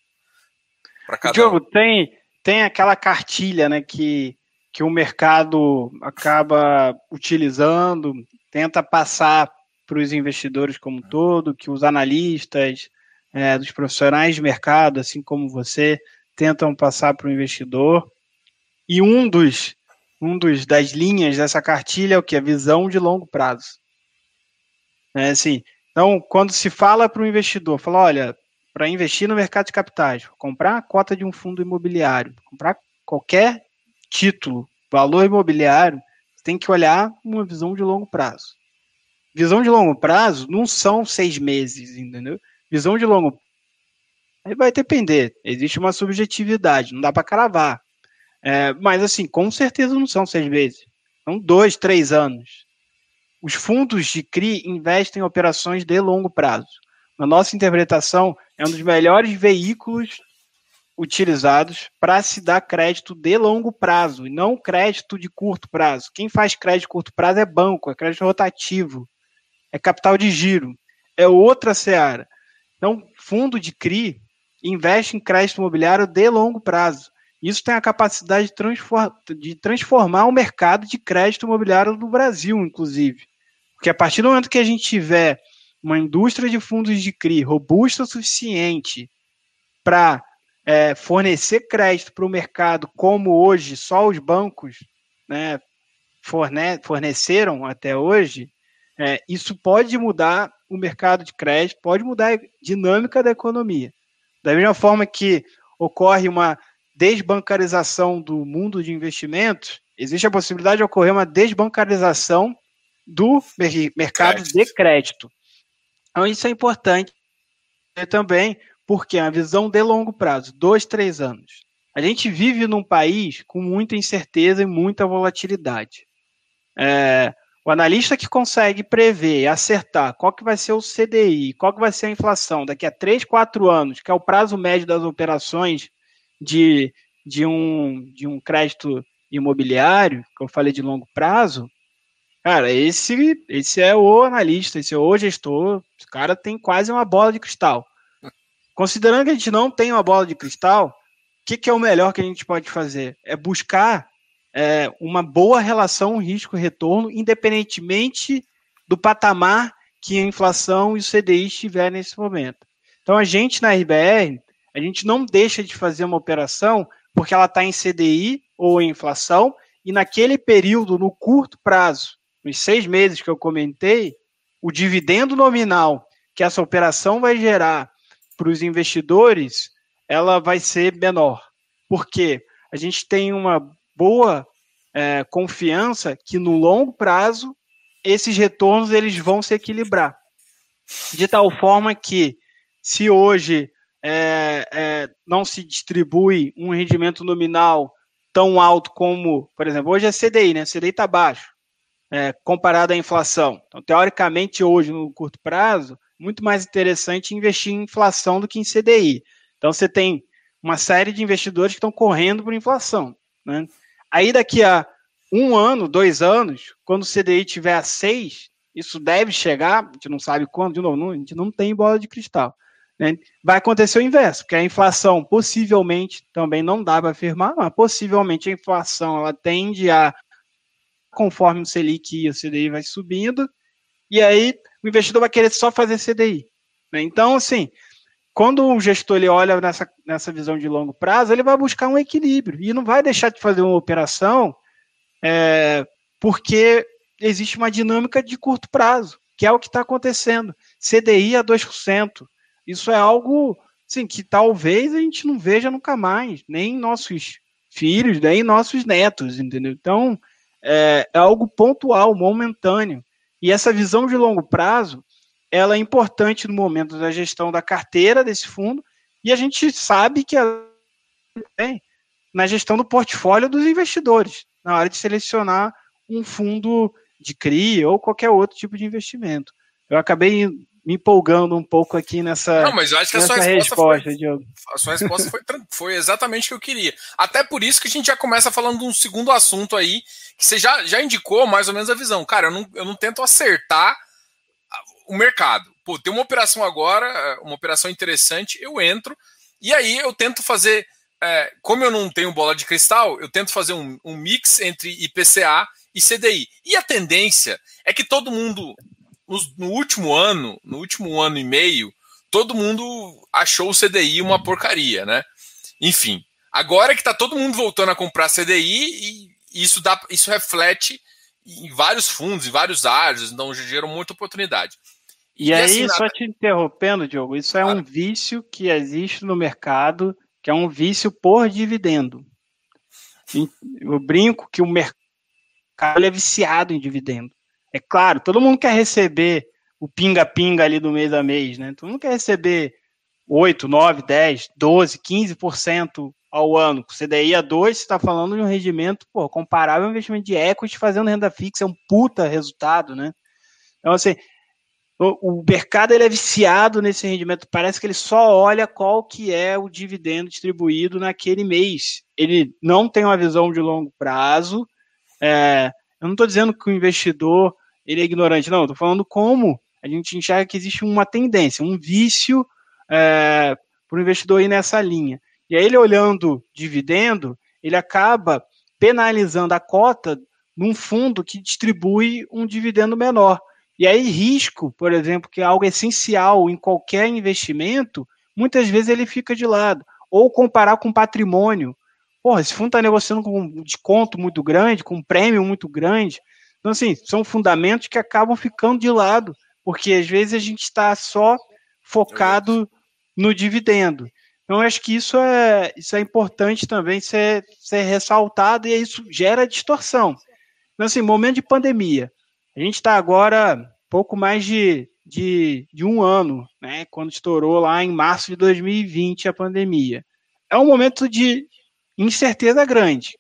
para cada Diogo, um? tem, tem aquela cartilha, né, que que o mercado acaba utilizando, tenta passar para os investidores como um todo, que os analistas, é, dos profissionais de mercado, assim como você, tentam passar para o investidor. E um dos, um dos das linhas dessa cartilha é o que? A visão de longo prazo. É assim, então, quando se fala para o investidor, fala, olha, para investir no mercado de capitais, comprar a cota de um fundo imobiliário, comprar qualquer título, valor imobiliário, você tem que olhar uma visão de longo prazo. Visão de longo prazo não são seis meses, entendeu? Visão de longo aí vai depender, existe uma subjetividade, não dá para cravar. É, mas assim, com certeza não são seis meses, são dois, três anos. Os fundos de C R I investem em operações de longo prazo. Na nossa interpretação, é um dos melhores veículos utilizados para se dar crédito de longo prazo, e não crédito de curto prazo. Quem faz crédito de curto prazo é banco, é crédito rotativo, é capital de giro, é outra seara. Então, fundo de C R I investe em crédito imobiliário de longo prazo. Isso tem a capacidade de, transform, de transformar o mercado de crédito imobiliário do Brasil, inclusive. Porque a partir do momento que a gente tiver uma indústria de fundos de C R I robusta o suficiente para é, fornecer crédito para o mercado, como hoje só os bancos, né, forne forneceram até hoje, é, isso pode mudar o mercado de crédito, pode mudar a dinâmica da economia. Da mesma forma que ocorre uma desbancarização do mundo de investimentos, existe a possibilidade de ocorrer uma desbancarização do mercado crédito. de crédito. Então, isso é importante também, porque é uma visão de longo prazo, dois, três anos. A gente vive num país com muita incerteza e muita volatilidade. É, o analista que consegue prever e acertar qual que vai ser o C D I, qual que vai ser a inflação daqui a três, quatro anos, que é o prazo médio das operações de, de, um, de um crédito imobiliário, que eu falei de longo prazo, cara, esse, esse é o analista, esse é o gestor, esse cara tem quase uma bola de cristal. Considerando que a gente não tem uma bola de cristal, o que, que é o melhor que a gente pode fazer? É buscar é, uma boa relação risco-retorno, independentemente do patamar que a inflação e o C D I estiver nesse momento. Então, a gente na R B R, a gente não deixa de fazer uma operação porque ela está em C D I ou em inflação, e naquele período, no curto prazo, nos seis meses que eu comentei, o dividendo nominal que essa operação vai gerar para os investidores, ela vai ser menor. Porque a gente tem uma boa é, confiança que no longo prazo esses retornos eles vão se equilibrar. De tal forma que, se hoje é, é, não se distribui um rendimento nominal tão alto como, por exemplo, hoje é C D I, né? C D I está baixo, é, comparado à inflação. Então, teoricamente, hoje, no curto prazo, muito mais interessante investir em inflação do que em C D I. Então, você tem uma série de investidores que estão correndo por inflação, né? Aí, daqui a um ano, dois anos, quando o C D I tiver a seis, isso deve chegar, a gente não sabe quando, de novo, não, a gente não tem bola de cristal, né? Vai acontecer o inverso, porque a inflação possivelmente, também não dá para afirmar, mas possivelmente a inflação ela tende a, conforme o Selic e o C D I vai subindo, e aí o investidor vai querer só fazer C D I, né? Então, assim, quando o gestor ele olha nessa, nessa visão de longo prazo, ele vai buscar um equilíbrio e não vai deixar de fazer uma operação é, porque existe uma dinâmica de curto prazo, que é o que está acontecendo. C D I a dois por cento. Isso é algo assim, que talvez a gente não veja nunca mais, nem nossos filhos, nem nossos netos, entendeu? Então, é, é algo pontual, momentâneo. E essa visão de longo prazo, ela é importante no momento da gestão da carteira desse fundo, e a gente sabe que ela tem na gestão do portfólio dos investidores, na hora de selecionar um fundo de C R I ou qualquer outro tipo de investimento. Eu acabei me empolgando um pouco aqui nessa Não, mas eu acho que a sua resposta, resposta foi, Diogo. A sua resposta foi, foi exatamente o que eu queria. Até por isso que a gente já começa falando de um segundo assunto aí, que você já, já indicou mais ou menos a visão. Cara, eu não, eu não tento acertar o mercado. Pô, tem uma operação agora, uma operação interessante, eu entro, e aí eu tento fazer, é, como eu não tenho bola de cristal, eu tento fazer um, um mix entre I P C A e C D I. E a tendência é que todo mundo, no, no último ano, no último ano e meio, todo mundo achou o C D I uma porcaria, né? Enfim, agora que tá todo mundo voltando a comprar C D I, e isso, dá, isso reflete em vários fundos, em vários áreas, então gerou muita oportunidade. E, e aí, assim, só te interrompendo, Diogo, isso é claro. Um vício que existe no mercado, que é um vício por dividendo. Eu brinco que o mercado é viciado em dividendo. É claro, todo mundo quer receber o pinga-pinga ali do mês a mês, né? Todo mundo quer receber oito, nove, dez, doze, quinze por cento ao ano. Com C D I a dois, você está falando de um rendimento pô, comparável ao investimento de equity fazendo renda fixa, é um puta resultado, né? Então, assim, o, o mercado ele é viciado nesse rendimento, parece que ele só olha qual que é o dividendo distribuído naquele mês. Ele não tem uma visão de longo prazo. É, eu não estou dizendo que o investidor ele é ignorante, não, estou falando como a gente enxerga que existe uma tendência, um vício é, para o investidor ir nessa linha. E aí ele olhando dividendo, ele acaba penalizando a cota num fundo que distribui um dividendo menor. E aí risco, por exemplo, que é algo essencial em qualquer investimento, muitas vezes ele fica de lado. Ou comparar com patrimônio. Porra, esse fundo está negociando com um desconto muito grande, com um prêmio muito grande. Então, assim, são fundamentos que acabam ficando de lado, porque às vezes a gente está só focado no dividendo. Então, eu acho que isso é, isso é importante também ser, ser ressaltado, e isso gera distorção. Então, assim, momento de pandemia. A gente está agora pouco mais de, de, de um ano, né, quando estourou lá em março de dois mil e vinte a pandemia. É um momento de incerteza grande.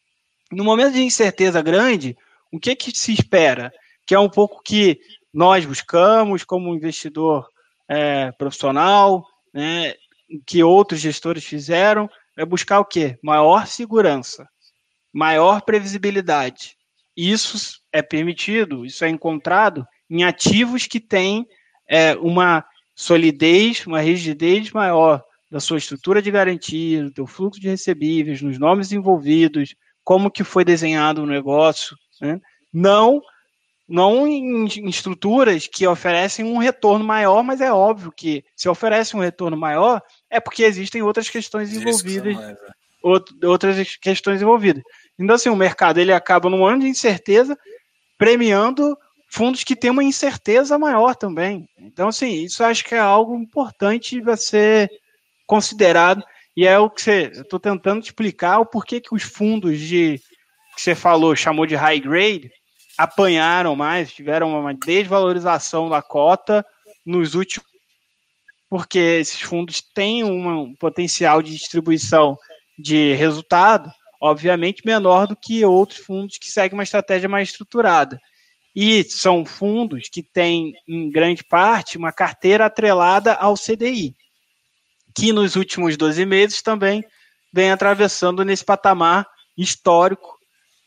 No momento de incerteza grande, o que, que se espera? Que é um pouco que nós buscamos como investidor é, profissional, né, que outros gestores fizeram, é buscar o quê? Maior segurança, maior previsibilidade. Isso é permitido, isso é encontrado em ativos que têm é, uma solidez, uma rigidez maior da sua estrutura de garantia, do teu fluxo de recebíveis, nos nomes envolvidos, como que foi desenhado o negócio, né? Não, não em, em estruturas que oferecem um retorno maior, mas é óbvio que se oferece um retorno maior, é porque existem outras questões envolvidas, mais, né? outras questões envolvidas. Então, assim, o mercado ele acaba num ano de incerteza, premiando fundos que têm uma incerteza maior também. Então, assim, isso acho que é algo importante a ser considerado, e é o que você, eu estou tentando te explicar o porquê que os fundos de, que você falou, chamou de high grade, apanharam mais, tiveram uma desvalorização da cota nos últimos, porque esses fundos têm um potencial de distribuição de resultado, obviamente menor do que outros fundos que seguem uma estratégia mais estruturada. E são fundos que têm, em grande parte, uma carteira atrelada ao C D I, que nos últimos doze meses também vem atravessando nesse patamar histórico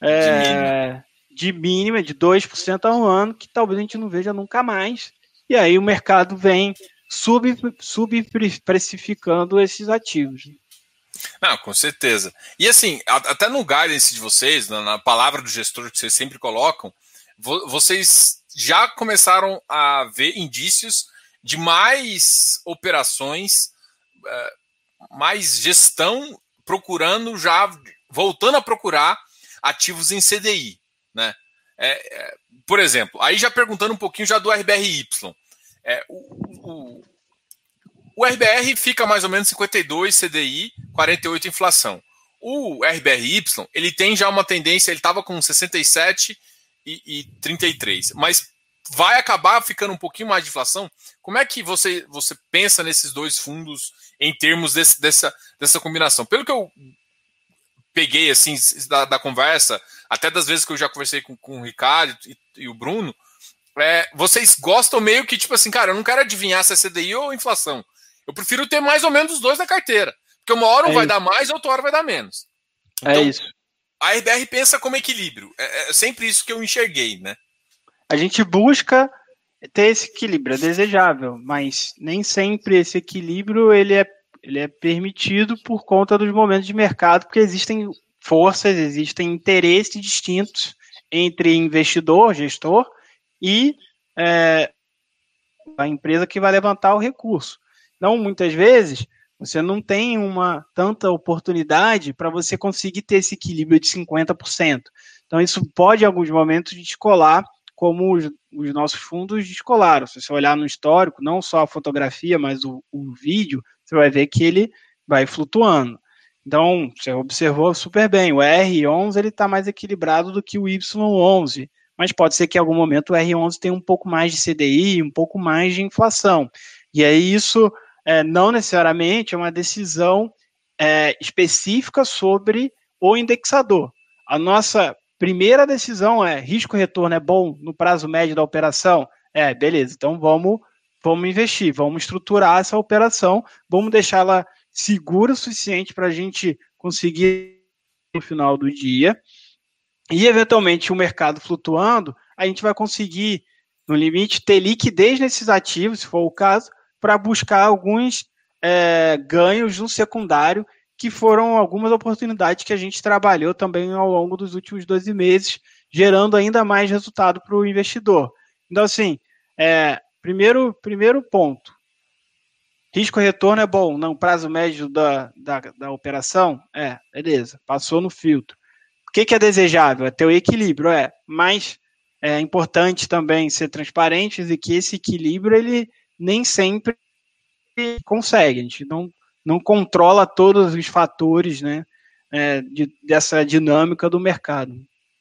é, de mínima, de dois por cento ao ano, que talvez a gente não veja nunca mais. E aí o mercado vem sub, subprecificando esses ativos. Não, com certeza. E assim, até no guidance de vocês, na palavra do gestor que vocês sempre colocam, vocês já começaram a ver indícios de mais operações, mais gestão, procurando já, voltando a procurar ativos em C D I, né? É, é, por exemplo, aí já perguntando um pouquinho já do R B R Y. É, o, o, o R B R fica mais ou menos cinquenta e dois C D I, quarenta e oito inflação. O R B R Y, ele tem já uma tendência, ele estava com sessenta e sete e, e trinta e três, mas vai acabar ficando um pouquinho mais de inflação. Como é que você, você pensa nesses dois fundos em termos desse, dessa, dessa combinação? Pelo que eu peguei assim da, da conversa, até das vezes que eu já conversei com, com o Ricardo e, e o Bruno, é, vocês gostam meio que tipo assim, cara, eu não quero adivinhar se é C D I ou inflação. Eu prefiro ter mais ou menos os dois na carteira. Porque uma hora um é vai isso. dar mais, outra hora vai dar menos. Então, é isso. A R B R pensa como equilíbrio. É, é sempre isso que eu enxerguei, né? A gente busca ter esse equilíbrio, é desejável, mas nem sempre esse equilíbrio ele é, ele é permitido por conta dos momentos de mercado, porque existem forças, existem interesses distintos entre investidor, gestor e é, a empresa que vai levantar o recurso. Então, muitas vezes, você não tem uma tanta oportunidade para você conseguir ter esse equilíbrio de cinquenta por cento. Então, isso pode, em alguns momentos, descolar, como os, os nossos fundos descolaram. Se você olhar no histórico, não só a fotografia, mas o, o vídeo, você vai ver que ele vai flutuando. Então, você observou super bem, o R onze está mais equilibrado do que o Y onze, mas pode ser que em algum momento o R onze tenha um pouco mais de C D I, um pouco mais de inflação. E aí isso é, não necessariamente é uma decisão é, específica sobre o indexador. A nossa primeira decisão é, risco-retorno é bom no prazo médio da operação? É, beleza, então vamos, vamos investir, vamos estruturar essa operação, vamos deixá-la segura o suficiente para a gente conseguir no final do dia, e eventualmente o mercado flutuando, a gente vai conseguir, no limite, ter liquidez nesses ativos, se for o caso, para buscar alguns é, ganhos no secundário que foram algumas oportunidades que a gente trabalhou também ao longo dos últimos doze meses, gerando ainda mais resultado para o investidor. Então, assim, é, primeiro, primeiro ponto, risco-retorno é bom, não, prazo médio da, da, da operação, é, beleza, passou no filtro. O que, que é desejável? É ter o equilíbrio, é, mas é importante também ser transparentes e que esse equilíbrio, ele nem sempre consegue, a gente não não controla todos os fatores, né, é, de, dessa dinâmica do mercado.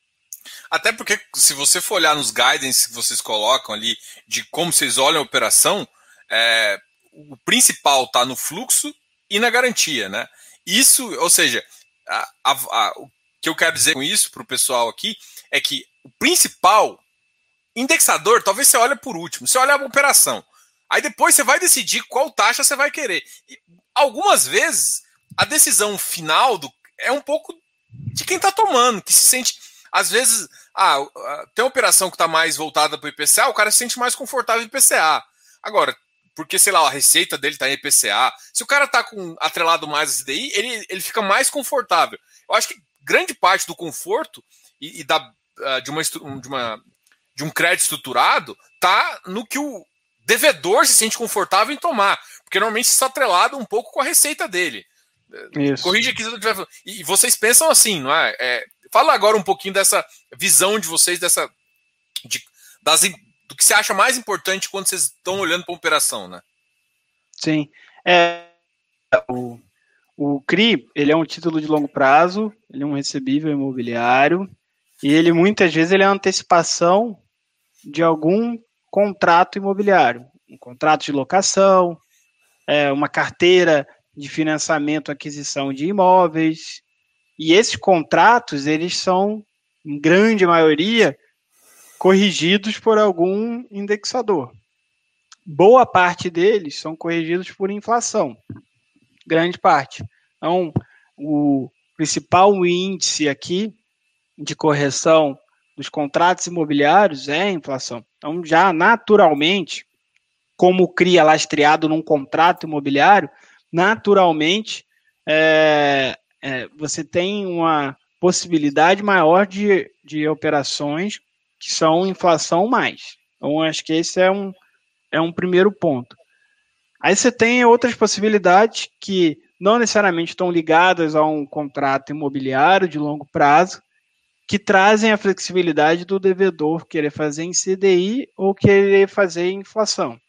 Até porque, se você for olhar nos guidance que vocês colocam ali, de como vocês olham a operação, é, o principal está no fluxo e na garantia, né? Isso, ou seja, a, a, a, o que eu quero dizer com isso para o pessoal aqui é que o principal indexador, talvez você olhe por último, você olha a operação. Aí depois você vai decidir qual taxa você vai querer. E algumas vezes a decisão final do, é um pouco de quem está tomando, que se sente. Às vezes, ah, tem uma operação que está mais voltada para o I P C A, o cara se sente mais confortável em I P C A. Agora, porque, sei lá, a receita dele está em I P C A. Se o cara está com atrelado mais a C D I, ele, ele fica mais confortável. Eu acho que grande parte do conforto e, e da, de, uma, de, uma, de um crédito estruturado está no que o devedor se sente confortável em tomar, porque normalmente está atrelado um pouco com a receita dele. Isso. Corrija aqui se eu estiver falando. E vocês pensam assim, não é? é? Fala agora um pouquinho dessa visão de vocês, dessa, de, das, do que você acha mais importante quando vocês estão olhando para a operação, né? Sim. É, o, o C R I, ele é um título de longo prazo, ele é um recebível imobiliário, e ele muitas vezes ele é a antecipação de algum contrato imobiliário, um contrato de locação, é, uma carteira de financiamento, aquisição de imóveis, e esses contratos, eles são, em grande maioria, corrigidos por algum indexador. Boa parte deles são corrigidos por inflação, grande parte. Então, o principal índice aqui de correção dos contratos imobiliários é a inflação. Então, já naturalmente, como o C R I é lastreado num contrato imobiliário, naturalmente, é, é, você tem uma possibilidade maior de, de operações que são inflação mais. Então, acho que esse é um, é um primeiro ponto. Aí você tem outras possibilidades que não necessariamente estão ligadas a um contrato imobiliário de longo prazo, que trazem a flexibilidade do devedor querer fazer em C D I ou querer fazer em inflação.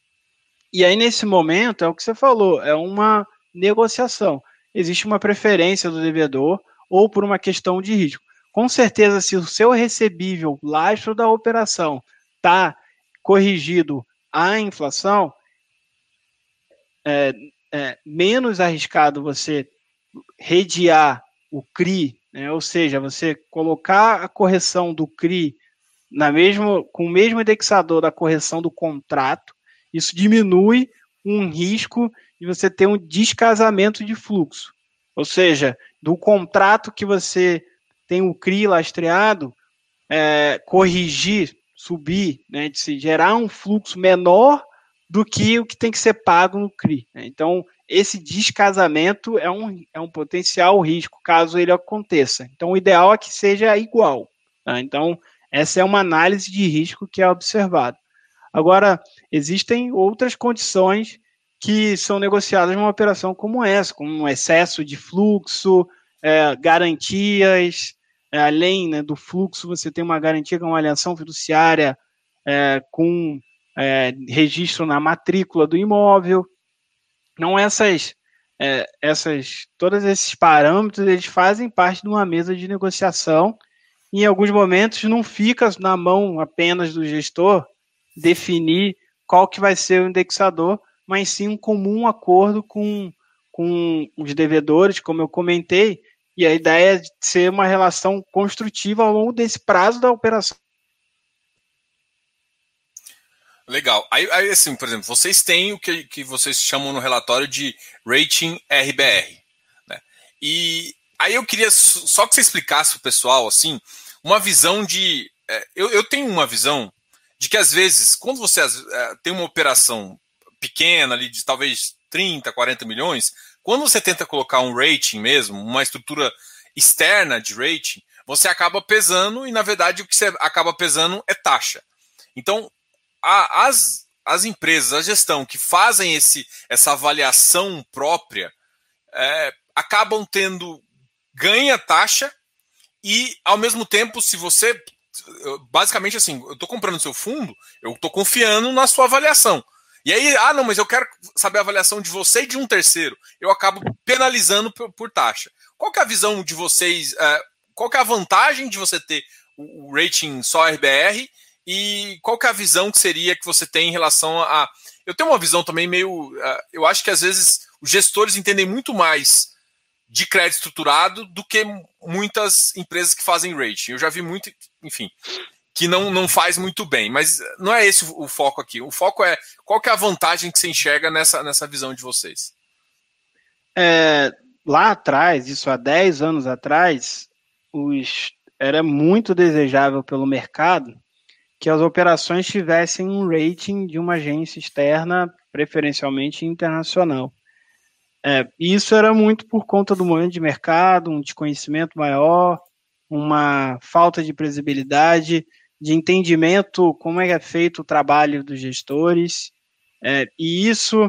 E aí, nesse momento, é o que você falou, é uma negociação. Existe uma preferência do devedor ou por uma questão de risco. Com certeza, se o seu recebível, lastro da operação, está corrigido à inflação, é, é menos arriscado você redear o C R I, né? Ou seja, você colocar a correção do C R I na mesmo, com o mesmo indexador da correção do contrato. Isso diminui um risco de você ter um descasamento de fluxo. Ou seja, do contrato que você tem o C R I lastreado, é, corrigir, subir, né, de se gerar um fluxo menor do que o que tem que ser pago no C R I. Né? Então, esse descasamento é um, é um potencial risco, caso ele aconteça. Então, o ideal é que seja igual. Tá? Então, essa é uma análise de risco que é observada. Agora, existem outras condições que são negociadas numa operação como essa, como um excesso de fluxo, é, garantias, é, além, né, do fluxo, você tem uma garantia com uma alienação fiduciária é, com é, registro na matrícula do imóvel. Então, essas, é, essas, todos esses parâmetros, eles fazem parte de uma mesa de negociação e, em alguns momentos, não fica na mão apenas do gestor definir qual que vai ser o indexador, mas sim um comum acordo com, com os devedores, como eu comentei, e a ideia é de ser uma relação construtiva ao longo desse prazo da operação. Legal. Aí, aí assim, por exemplo, vocês têm o que, que vocês chamam no relatório de Rating R B R. Né? E aí eu queria só que você explicasse para o pessoal, assim, uma visão de... É, eu, eu tenho uma visão de que, às vezes, quando você é, tem uma operação pequena, ali de talvez trinta, quarenta milhões, Quando você tenta colocar um rating mesmo, uma estrutura externa de rating, você acaba pesando e, na verdade, o que você acaba pesando é taxa. Então, a, as, as empresas, a gestão que fazem esse, essa avaliação própria, é, acabam tendo ganha taxa e, ao mesmo tempo, se você... Basicamente, assim, eu estou comprando seu fundo, eu estou confiando na sua avaliação. E aí, ah, não, mas eu quero saber a avaliação de você e de um terceiro. Eu acabo penalizando por, por taxa. Qual que é a visão de vocês? Uh, qual que é a vantagem de você ter o, o rating só R B R? E qual que é a visão que seria que você tem em relação a... Eu tenho uma visão também meio... Uh, eu acho que às vezes os gestores entendem muito mais de crédito estruturado do que muitas empresas que fazem rating. Eu já vi muito, enfim... que não, não faz muito bem, mas não é esse o, o foco aqui. O foco é qual que é a vantagem que você enxerga nessa, nessa visão de vocês? É, lá atrás, isso há dez anos atrás, os, era muito desejável pelo mercado que as operações tivessem um rating de uma agência externa, preferencialmente internacional. É, isso era muito por conta do momento de mercado, um desconhecimento maior, uma falta de previsibilidade, de entendimento como é que é feito o trabalho dos gestores, é, e isso,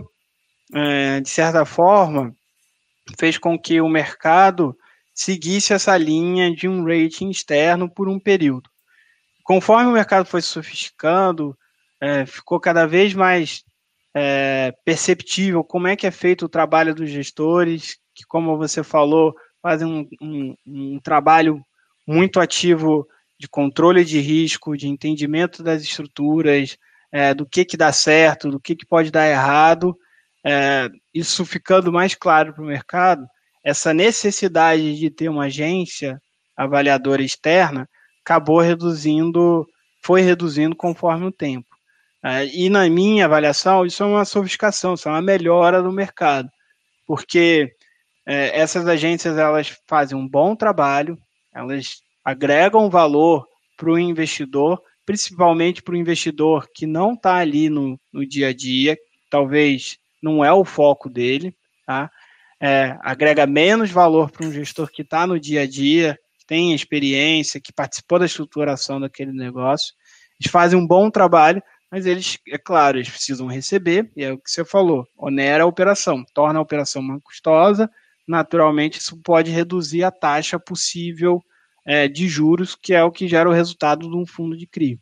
é, de certa forma, fez com que o mercado seguisse essa linha de um rating externo por um período. Conforme o mercado foi se sofisticando, é, ficou cada vez mais é, perceptível como é que é feito o trabalho dos gestores, que, como você falou, fazem um, um, um trabalho muito ativo de controle de risco, de entendimento das estruturas, é, do que, que dá certo, do que, que pode dar errado, é, isso ficando mais claro para o mercado, essa necessidade de ter uma agência avaliadora externa acabou reduzindo, foi reduzindo conforme o tempo. É, e na minha avaliação, isso é uma sofisticação, isso é uma melhora do mercado, porque é, essas agências elas fazem um bom trabalho, elas agregam valor para o investidor, principalmente para o investidor que não está ali no, no dia a dia, talvez não é o foco dele, tá? É, agrega menos valor para um gestor que está no dia a dia, que tem experiência, que participou da estruturação daquele negócio. Eles fazem um bom trabalho, mas eles, é claro, eles precisam receber, e é o que você falou, onera a operação, torna a operação mais custosa, naturalmente isso pode reduzir a taxa possível é, de juros, que é o que gera o resultado de um fundo de C R I.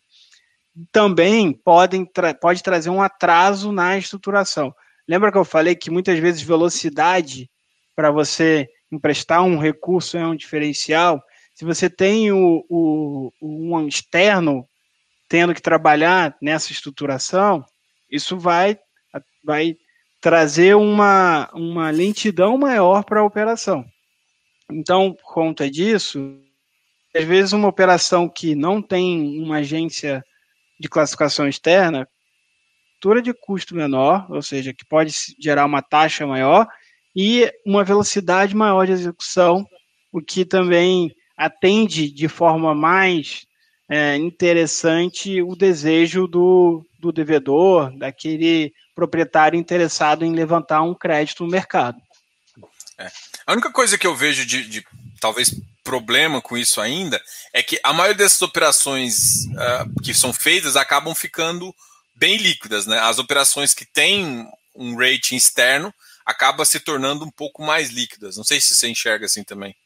Também podem tra- pode trazer um atraso na estruturação. Lembra que eu falei que muitas vezes velocidade para você emprestar um recurso é um diferencial? Se você tem o, o, um externo tendo que trabalhar nessa estruturação, isso vai, vai trazer uma, uma lentidão maior para a operação. Então, por conta disso, às vezes uma operação que não tem uma agência de classificação externa, estrutura de custo menor, ou seja, que pode gerar uma taxa maior e uma velocidade maior de execução, o que também atende de forma mais é, interessante o desejo do, do devedor, daquele proprietário interessado em levantar um crédito no mercado. É. A única coisa que eu vejo de, de talvez problema com isso ainda é que a maioria dessas operações uh, que são feitas acabam ficando bem líquidas, né? As operações que têm um rating externo acabam se tornando um pouco mais líquidas. Não sei se você enxerga assim também.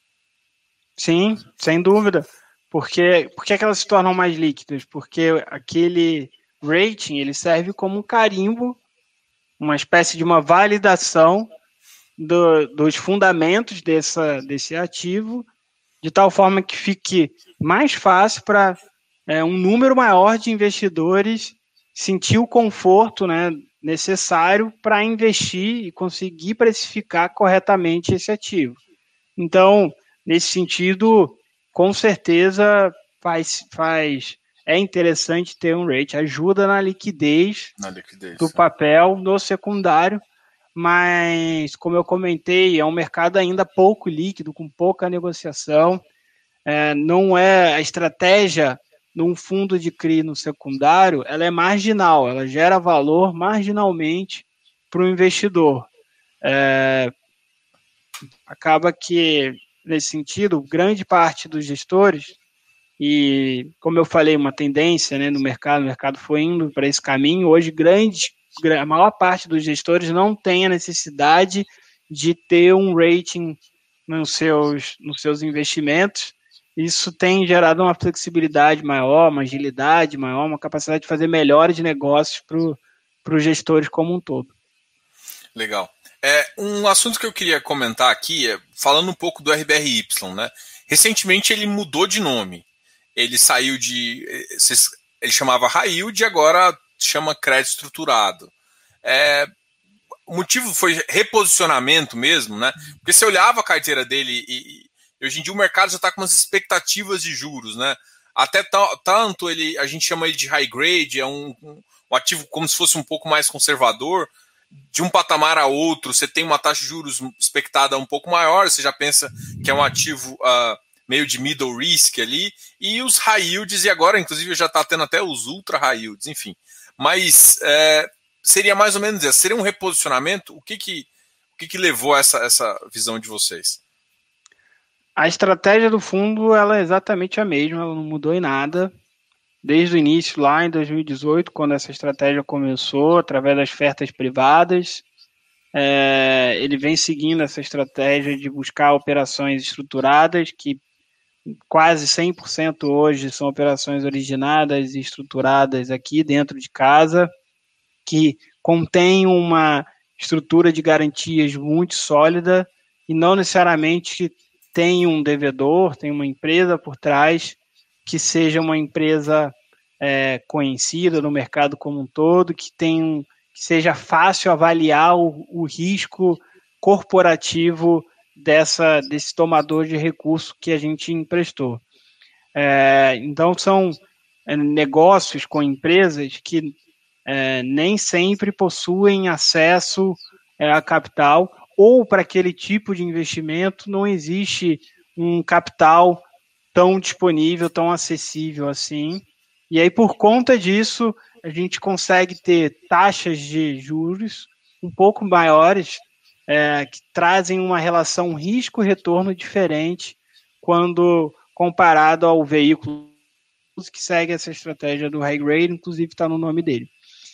Sim, sem dúvida. Porque, por que elas se tornam mais líquidas? Porque aquele rating ele serve como um carimbo, uma espécie de uma validação do, dos fundamentos dessa, desse ativo, de tal forma que fique mais fácil para é, um número maior de investidores sentir o conforto, né, necessário para investir e conseguir precificar corretamente esse ativo. Então, nesse sentido, com certeza faz, faz, é interessante ter um rate, ajuda na liquidez, na liquidez do papel no secundário, mas, como eu comentei, é um mercado ainda pouco líquido, com pouca negociação, é, não é a estratégia num fundo de C R I no secundário, ela é marginal, ela gera valor marginalmente para o investidor. É, Acaba que, nesse sentido, grande parte dos gestores, e como eu falei, uma tendência, né, no mercado, o mercado foi indo para esse caminho, hoje grande, a maior parte dos gestores não tem a necessidade de ter um rating nos seus, nos seus investimentos. Isso tem gerado uma flexibilidade maior, uma agilidade maior, uma capacidade de fazer melhores negócios para os gestores como um todo. Legal. É, um assunto que eu queria comentar aqui é falando um pouco do R B R Y, né? Recentemente ele mudou de nome. Ele saiu de. Ele chamava High Yield e agora chama crédito estruturado. É, o motivo foi reposicionamento mesmo, né? Porque você olhava a carteira dele e, e hoje em dia o mercado já está com umas expectativas de juros, né? Até tanto ele, a gente chama ele de high grade, é um, um, um ativo como se fosse um pouco mais conservador. De um patamar a outro, você tem uma taxa de juros expectada um pouco maior, você já pensa que é um ativo uh, meio de middle risk ali, e os high yields, e agora inclusive já está tendo até os ultra high yields, enfim. Mas é, seria mais ou menos isso, seria um reposicionamento? O que que, o que, que levou a essa, essa visão de vocês? A estratégia do fundo ela é exatamente a mesma, ela não mudou em nada. Desde o início, lá em dois mil e dezoito, quando essa estratégia começou, através das ofertas privadas, é, ele vem seguindo essa estratégia de buscar operações estruturadas, que quase cem por cento hoje são operações originadas e estruturadas aqui dentro de casa, que contém uma estrutura de garantias muito sólida e não necessariamente tem um devedor, tem uma empresa por trás que seja uma empresa é, conhecida no mercado como um todo, que, tem, que seja fácil avaliar o, o risco corporativo dessa, desse tomador de recurso que a gente emprestou. É, então, são é, negócios com empresas que é, nem sempre possuem acesso é, a capital, ou para aquele tipo de investimento não existe um capital tão disponível, tão acessível assim. E aí, por conta disso, a gente consegue ter taxas de juros um pouco maiores, é, que trazem uma relação risco-retorno diferente quando comparado ao veículo que segue essa estratégia do high grade, inclusive está no nome dele.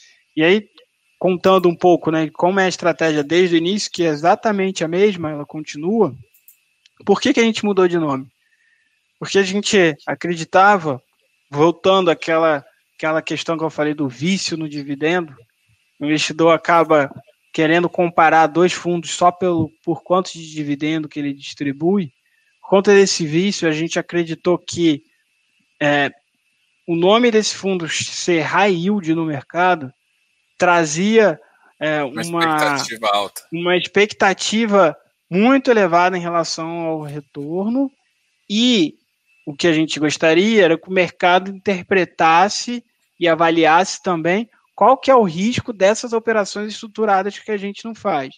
E aí, contando um pouco, né, como é a estratégia desde o início, que é exatamente a mesma, ela continua. Por que que a gente mudou de nome? Porque a gente acreditava, voltando àquela, àquela questão que eu falei do vício no dividendo, o investidor acaba querendo comparar dois fundos só pelo, por quanto de dividendo que ele distribui. Por conta desse vício, a gente acreditou que é, o nome desse fundo ser high yield no mercado trazia é, uma, uma, expectativa alta. uma expectativa muito elevada em relação ao retorno, e o que a gente gostaria era que o mercado interpretasse e avaliasse também qual que é o risco dessas operações estruturadas que a gente não faz.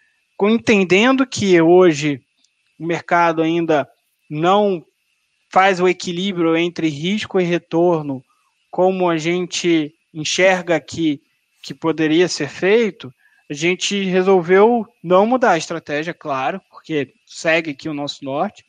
Entendendo que hoje o mercado ainda não faz o equilíbrio entre risco e retorno como a gente enxerga que, que poderia ser feito, a gente resolveu não mudar a estratégia, claro, porque segue aqui o nosso norte,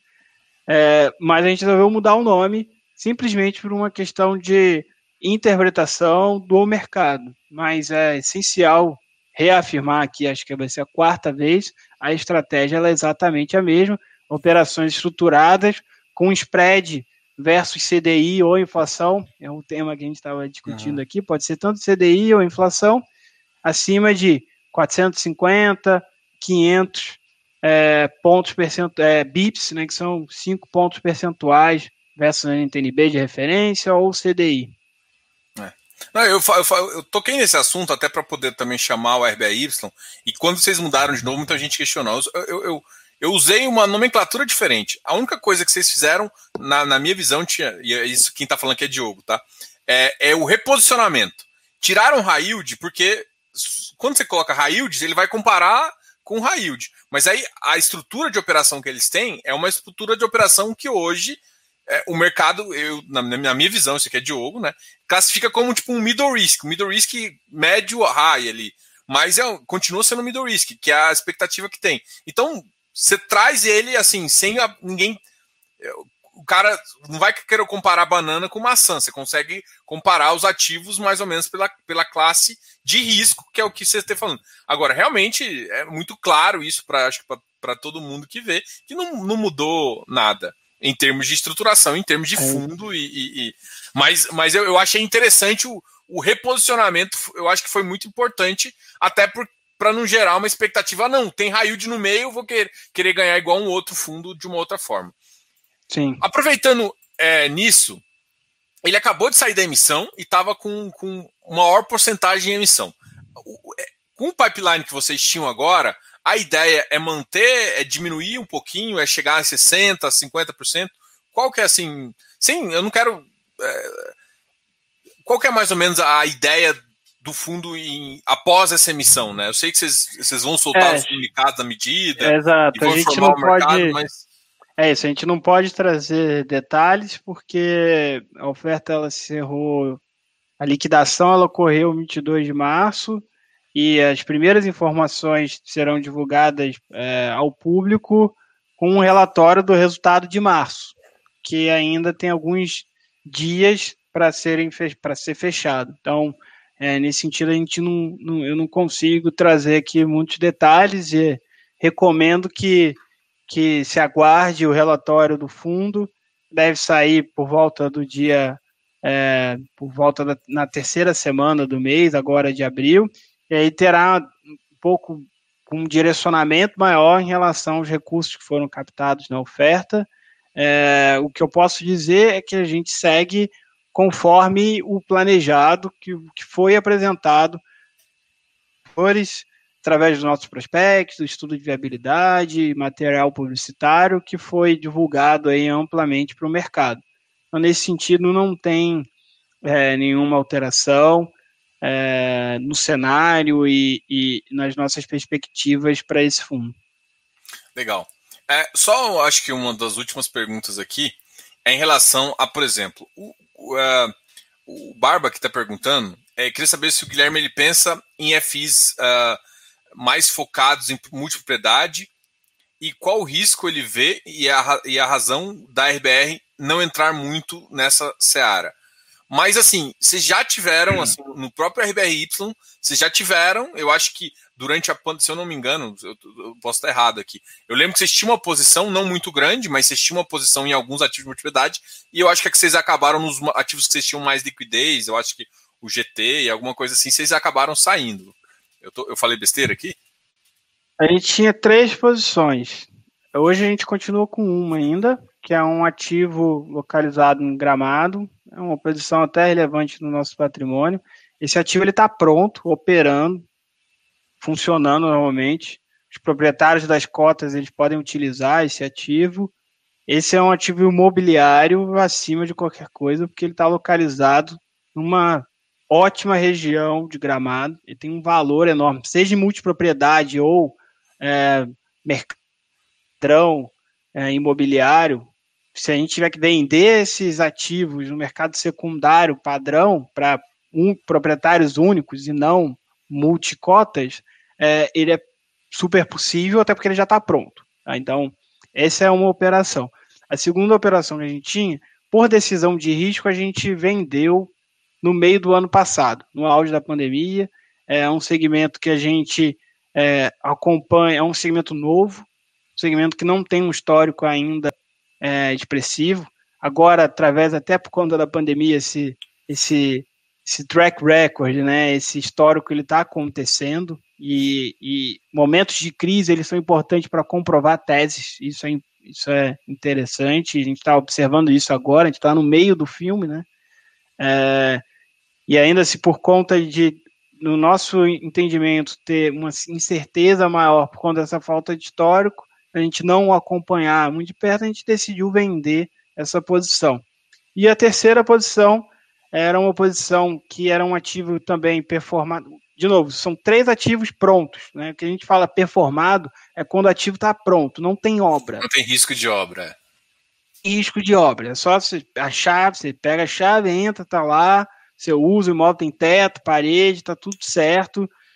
é, mas a gente resolveu mudar o nome simplesmente por uma questão de interpretação do mercado. Mas é essencial reafirmar aqui, acho que vai ser a quarta vez, a estratégia ela é exatamente a mesma, operações estruturadas com spread versus C D I ou inflação, é um tema que a gente estava discutindo uhum. aqui, pode ser tanto C D I ou inflação, acima de quatrocentos e cinquenta, quinhentos é, pontos percentuais, é, B I P S, né, que são cinco pontos percentuais versus N T N B de referência ou C D I. É. Não, eu, eu, eu toquei nesse assunto até para poder também chamar o R B R Y, e quando vocês mudaram de novo, muita gente questionou. Eu, eu, eu, eu usei uma nomenclatura diferente. A única coisa que vocês fizeram, na, na minha visão, tinha, e isso quem está falando aqui é Diogo, tá? É, é o reposicionamento. Tiraram high yield, porque quando você coloca high yield, ele vai comparar com high yield. Mas aí a estrutura de operação que eles têm é uma estrutura de operação que hoje é, o mercado, eu, na, na minha visão, isso aqui é Diogo, né? Classifica como tipo um middle risk, um middle risk médio high ali. Mas é, continua sendo middle risk, que é a expectativa que tem. Então, você traz ele assim, sem a, ninguém... O cara não vai querer comparar banana com maçã, você consegue comparar os ativos mais ou menos pela, pela classe de risco, que é o que você está falando. Agora, realmente, é muito claro isso para todo mundo que vê, que não, não mudou nada em termos de estruturação, em termos de fundo, e, e, e mas, mas eu, eu achei interessante o, o reposicionamento, eu acho que foi muito importante, até para não gerar uma expectativa, não, tem high yield no meio, eu vou querer, querer ganhar igual um outro fundo de uma outra forma. Sim. Aproveitando é, nisso, ele acabou de sair da emissão e estava com, com maior porcentagem em emissão. O, é, com o pipeline que vocês tinham agora, a ideia é manter, é diminuir um pouquinho, é chegar a sessenta por cento, cinquenta por cento? Qual que é assim... Sim, eu não quero... É, qual que é mais ou menos a ideia do fundo em, após essa emissão, né? Eu sei que vocês, vocês vão soltar é, os comunicados da medida, é, exato. E vão a gente informar não o mercado, pode... mas... É isso, a gente não pode trazer detalhes porque a oferta ela se encerrou, a liquidação ela ocorreu vinte e dois de março e as primeiras informações serão divulgadas é, ao público com um relatório do resultado de março, que ainda tem alguns dias para serem para ser fechado. Então, é, nesse sentido, a gente não, não, eu não consigo trazer aqui muitos detalhes e recomendo que que se aguarde o relatório do fundo, deve sair por volta do dia, é, por volta da na terceira semana do mês, agora de abril, e aí terá um pouco um direcionamento maior em relação aos recursos que foram captados na oferta. É, o que eu posso dizer é que a gente segue conforme o planejado que, que foi apresentado por através dos nossos prospectos, do estudo de viabilidade, material publicitário, que foi divulgado aí amplamente para o mercado. Então, nesse sentido, não tem é, nenhuma alteração é, no cenário e, e nas nossas perspectivas para esse fundo. Legal. É, só acho que uma das últimas perguntas aqui é em relação a, por exemplo, o, o, uh, o Barba que está perguntando, é, queria saber se o Guilherme ele pensa em F Is uh, mais focados em multipropriedade e qual o risco ele vê e a, e a razão da R B R não entrar muito nessa seara. Mas assim, vocês já tiveram, assim, no próprio R B R Y, vocês já tiveram, eu acho que durante a pandemia, se eu não me engano, eu, eu posso estar errado aqui, eu lembro que vocês tinham uma posição não muito grande, mas vocês tinham uma posição em alguns ativos de multipropriedade, e eu acho que, é que vocês acabaram nos ativos que vocês tinham mais liquidez, eu acho que o G T e alguma coisa assim, vocês acabaram saindo. Eu, tô, eu falei besteira aqui? A gente tinha três posições. Hoje a gente continua com uma ainda, que é um ativo localizado em Gramado. É uma posição até relevante no nosso patrimônio. Esse ativo está pronto, operando, funcionando normalmente. Os proprietários das cotas eles podem utilizar esse ativo. Esse é um ativo imobiliário acima de qualquer coisa, porque ele está localizado numa ótima região de Gramado, ele tem um valor enorme, seja em multipropriedade ou é, mercadão é, imobiliário. Se a gente tiver que vender esses ativos no mercado secundário padrão para um, proprietários únicos e não multicotas, é, ele é super possível, até porque ele já está pronto. Tá? Então, essa é uma operação. A segunda operação que a gente tinha, por decisão de risco, a gente vendeu no meio do ano passado, no auge da pandemia. É um segmento que a gente é, acompanha, é um segmento novo, um segmento que não tem um histórico ainda é, expressivo. Agora, através, até por conta da pandemia, esse, esse, esse track record, né, esse histórico, ele está acontecendo, e, e momentos de crise, eles são importantes para comprovar teses, isso é, isso é interessante, a gente está observando isso agora, a gente está no meio do filme, né, é, e ainda se por conta de, no nosso entendimento, ter uma incerteza maior por conta dessa falta de histórico, a gente não acompanhar muito de perto, a gente decidiu vender essa posição. E a terceira posição era uma posição que era um ativo também performado. De novo, são três ativos prontos, né? O que a gente fala performado é quando o ativo está pronto, não tem obra. Não tem risco de obra. Risco de obra, é só você, a chave, você pega a chave, entra, tá lá, você usa, o imóvel tem teto, parede, tá tudo certo,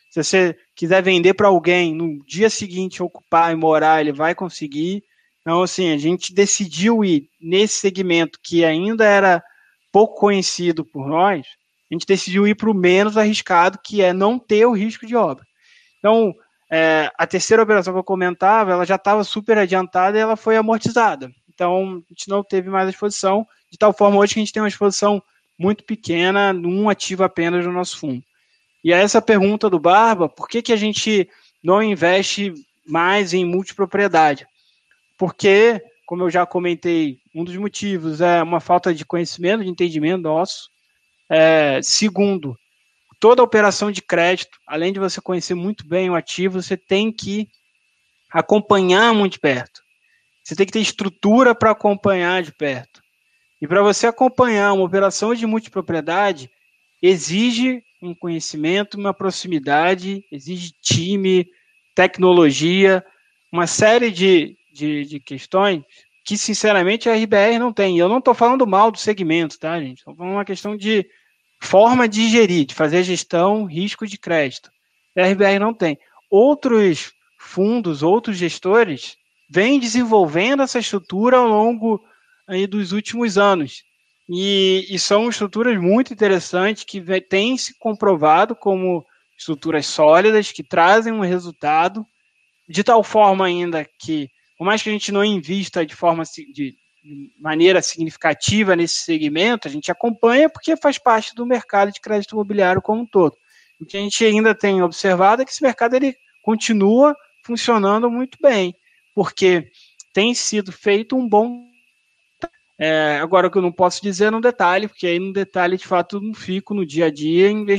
Se você quiser vender para alguém no dia seguinte, ocupar e morar, ele vai conseguir. Então, assim, a gente decidiu ir nesse segmento que ainda era pouco conhecido por nós, a gente decidiu ir para o menos arriscado, que é não ter o risco de obra. Então, é, a terceira operação que eu comentava, ela já estava super adiantada e ela foi amortizada. Então, a gente não teve mais a exposição, de tal forma hoje que a gente tem uma exposição muito pequena, num ativo apenas no nosso fundo. E a essa pergunta do Barba, por que, que a gente não investe mais em multipropriedade? Porque, como eu já comentei, um dos motivos é uma falta de conhecimento, de entendimento nosso. É, segundo, toda operação de crédito, além de você conhecer muito bem o ativo, você tem que acompanhar muito de perto. Você tem que ter estrutura para acompanhar de perto. E para você acompanhar uma operação de multipropriedade, exige um conhecimento, uma proximidade, exige time, tecnologia, uma série de, de, de questões que, sinceramente, a R B R não tem. Eu não estou falando mal do segmento, tá, gente? Estou falando uma questão de forma de gerir, de fazer gestão, risco de crédito. A R B R não tem. Outros fundos, outros gestores, vêm desenvolvendo essa estrutura ao longo aí dos últimos anos. E, e são estruturas muito interessantes que têm se comprovado como estruturas sólidas, que trazem um resultado, de tal forma ainda que, por mais que a gente não invista de forma de, de maneira significativa nesse segmento, a gente acompanha porque faz parte do mercado de crédito imobiliário como um todo. O que a gente ainda tem observado é que esse mercado ele continua funcionando muito bem, porque tem sido feito um bom... É, agora, o que eu não posso dizer no detalhe, porque aí no detalhe, de fato, não fico no dia a dia em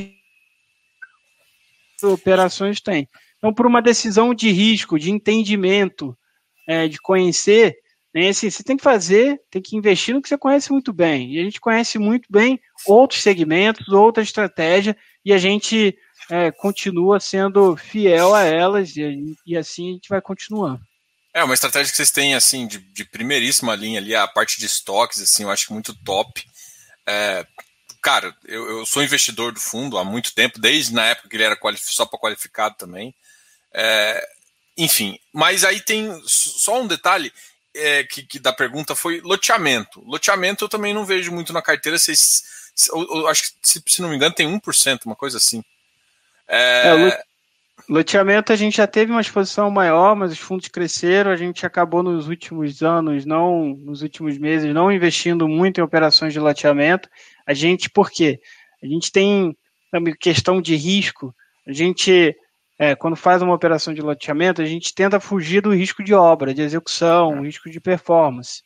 operações tem. Então, por uma decisão de risco, de entendimento, é, de conhecer, né, assim, você tem que fazer, tem que investir no que você conhece muito bem. E a gente conhece muito bem outros segmentos, outra estratégia, e a gente é, continua sendo fiel a elas, e, e assim a gente vai continuando. É uma estratégia que vocês têm assim de, de primeiríssima linha ali, a parte de estoques, assim, eu acho muito top. É, cara, eu, eu sou investidor do fundo há muito tempo, desde na época que ele era só para qualificado também. É, enfim, mas aí tem só um detalhe é, que, que da pergunta foi loteamento. Loteamento eu também não vejo muito na carteira. Vocês, eu, eu acho que, se, se não me engano, tem um por cento, uma coisa assim. É... É, loteamento a gente já teve uma exposição maior, mas os fundos cresceram, a gente acabou nos últimos anos, não nos últimos meses, não investindo muito em operações de loteamento. A gente, por quê? A gente tem também questão de risco, a gente, é, quando faz uma operação de loteamento, a gente tenta fugir do risco de obra, de execução, risco de performance.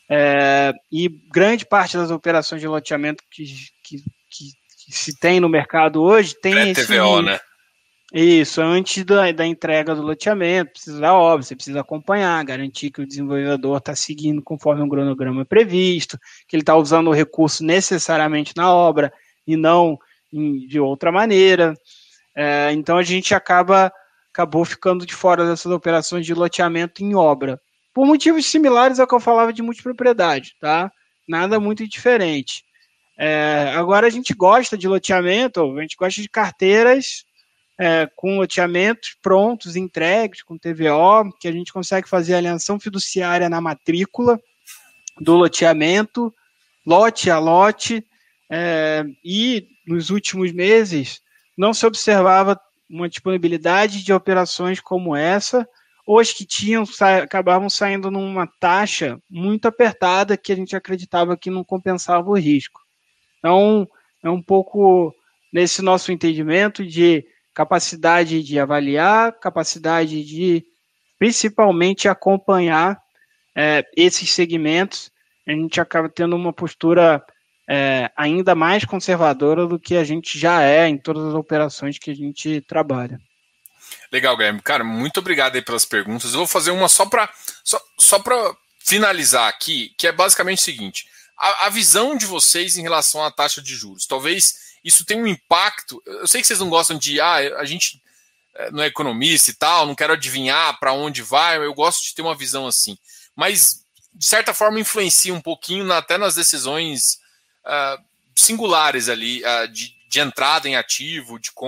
É, e grande parte das operações de loteamento que, que, que, que se tem no mercado hoje tem é esse T V O, né? Isso, antes da, da entrega do loteamento, precisa da obra, você precisa acompanhar, garantir que o desenvolvedor está seguindo conforme um cronograma previsto, que ele está usando o recurso necessariamente na obra e não em, de outra maneira. É, então a gente acaba acabou ficando de fora dessas operações de loteamento em obra, por motivos similares ao que eu falava de multipropriedade, tá? Nada muito diferente. É, agora a gente gosta de loteamento, a gente gosta de carteiras É, com loteamentos prontos, entregues, com T V O, que a gente consegue fazer a alienação fiduciária na matrícula do loteamento, lote a lote, é, e nos últimos meses não se observava uma disponibilidade de operações como essa, ou as que tinham, sa- acabavam saindo numa taxa muito apertada que a gente acreditava que não compensava o risco. Então, é um pouco nesse nosso entendimento de capacidade de avaliar, capacidade de principalmente acompanhar é, esses segmentos, a gente acaba tendo uma postura é, ainda mais conservadora do que a gente já é em todas as operações que a gente trabalha. Legal, Guilherme. Cara, muito obrigado aí pelas perguntas. Eu vou fazer uma só para só, só para finalizar aqui, que é basicamente o seguinte: a, a visão de vocês em relação à taxa de juros. Talvez isso tenha um impacto. Eu sei que vocês não gostam de, ah, a gente não é economista e tal, não quero adivinhar para onde vai, eu gosto de ter uma visão assim. Mas, de certa forma, influencia um pouquinho na, até nas decisões uh, singulares ali, uh, de, de entrada em ativo, de como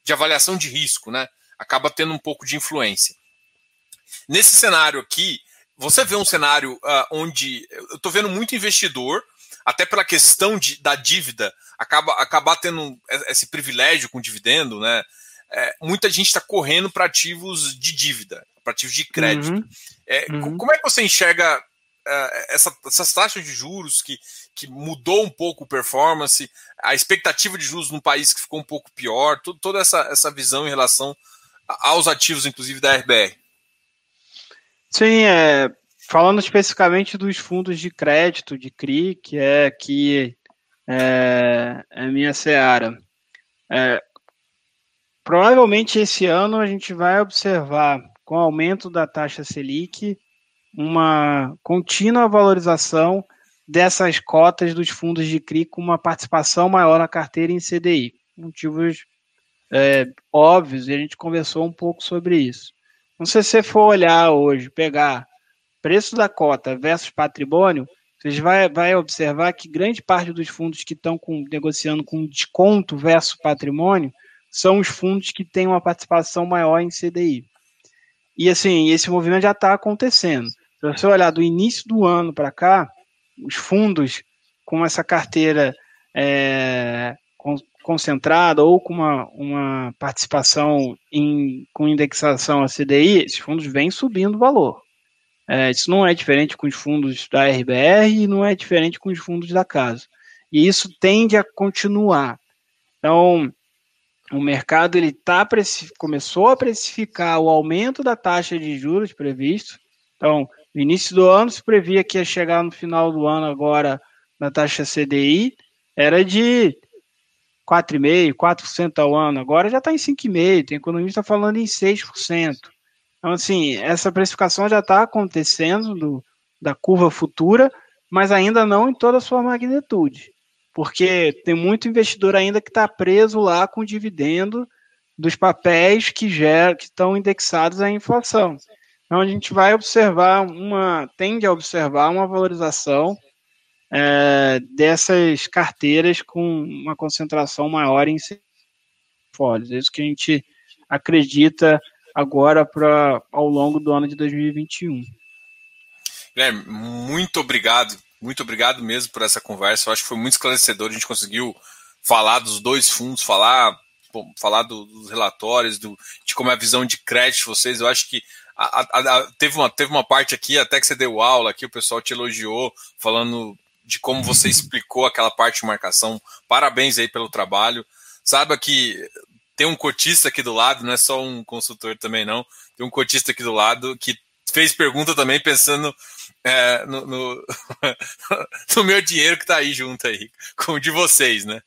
de avaliação de risco, né? Acaba tendo um pouco de influência. Nesse cenário aqui, você vê um cenário uh, onde eu estou vendo muito investidor, até pela questão de, da dívida, acaba acabar tendo esse privilégio com dividendo, né? É, muita gente está correndo para ativos de dívida, para ativos de crédito. Uhum. É, Uhum. Como é que você enxerga uh, essa, essas taxas de juros que, que mudou um pouco a performance, a expectativa de juros num país que ficou um pouco pior, tudo, toda essa, essa visão em relação aos ativos, inclusive, da R B R? Sim, é, falando especificamente dos fundos de crédito, de C R I, que é aqui é, é a minha seara. É, provavelmente esse ano a gente vai observar, com o aumento da taxa Selic, uma contínua valorização dessas cotas dos fundos de C R I com uma participação maior na carteira em C D I. Motivos é, óbvios, e a gente conversou um pouco sobre isso. Então, se você for olhar hoje, pegar preço da cota versus patrimônio, você vai, vai observar que grande parte dos fundos que estão com, negociando com desconto versus patrimônio são os fundos que têm uma participação maior em C D I. E assim, esse movimento já está acontecendo. Se você olhar do início do ano para cá, os fundos com essa carteira é, concentrada ou com uma, uma participação em, com indexação a C D I, esses fundos vêm subindo o valor. É, isso não é diferente com os fundos da R B R e não é diferente com os fundos da Casa. E isso tende a continuar. Então, o mercado ele tá, começou a precificar o aumento da taxa de juros previsto. Então, no início do ano se previa que ia chegar no final do ano agora na taxa C D I, era de quatro vírgula cinco por cento, quatro por cento ao ano, agora já está em cinco vírgula cinco por cento, tem economista falando em seis por cento. Então, assim, essa precificação já está acontecendo do, da curva futura, mas ainda não em toda a sua magnitude, porque tem muito investidor ainda que está preso lá com o dividendo dos papéis que, gera, que estão indexados à inflação. Então, a gente vai observar uma, tende a observar uma valorização é, dessas carteiras com uma concentração maior em portfólios. É isso que a gente acredita agora para ao longo do ano de dois mil e vinte e um. Guilherme, muito obrigado, muito obrigado mesmo por essa conversa. Eu acho que foi muito esclarecedor. A gente conseguiu falar dos dois fundos, falar, bom, falar do, dos relatórios, do, de como é a visão de crédito de vocês. Eu acho que a, a, a, teve, uma, teve uma parte aqui, até que você deu aula aqui, o pessoal te elogiou, falando de como você explicou aquela parte de marcação. Parabéns aí pelo trabalho. Saiba que tem um cotista aqui do lado, não é só um consultor também não, tem um cotista aqui do lado que fez pergunta também pensando é, no, no, no meu dinheiro que está aí junto aí, com o de vocês, né?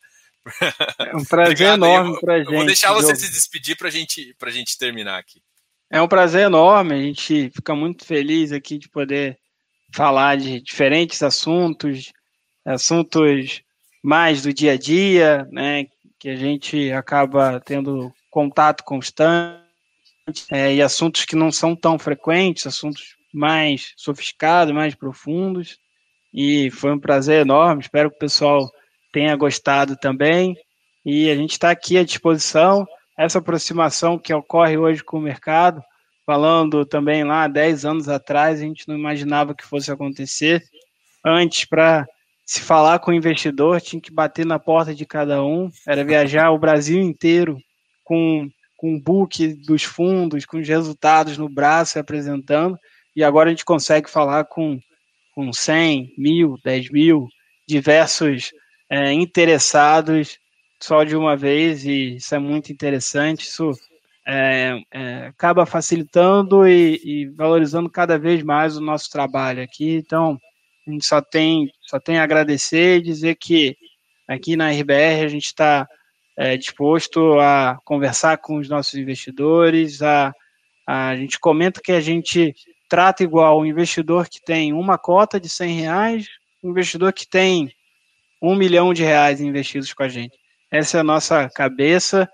É um prazer enorme para a gente. Eu vou deixar você Diogo. se despedir para gente, a gente terminar aqui. É um prazer enorme, a gente fica muito feliz aqui de poder falar de diferentes assuntos, assuntos mais do dia a dia, né, que a gente acaba tendo contato constante, é, e assuntos que não são tão frequentes, assuntos mais sofisticados, mais profundos, e foi um prazer enorme, espero que o pessoal tenha gostado também, e a gente está aqui à disposição. Essa aproximação que ocorre hoje com o mercado, falando também lá dez anos atrás, a gente não imaginava que fosse acontecer. Antes, para se falar com o investidor, tinha que bater na porta de cada um, era viajar o Brasil inteiro com, com o book dos fundos, com os resultados no braço apresentando, e agora a gente consegue falar com, com cem, mil, dez mil, diversos é, interessados só de uma vez, e isso é muito interessante, isso é, é, acaba facilitando e, e valorizando cada vez mais o nosso trabalho aqui. Então, a gente só tem, só tem a agradecer e dizer que aqui na R B R a gente está é, disposto a conversar com os nossos investidores, a, a gente comenta que a gente trata igual o investidor que tem uma cota de cem reais, o investidor que tem um milhão de reais investidos com a gente. Essa é a nossa cabeça,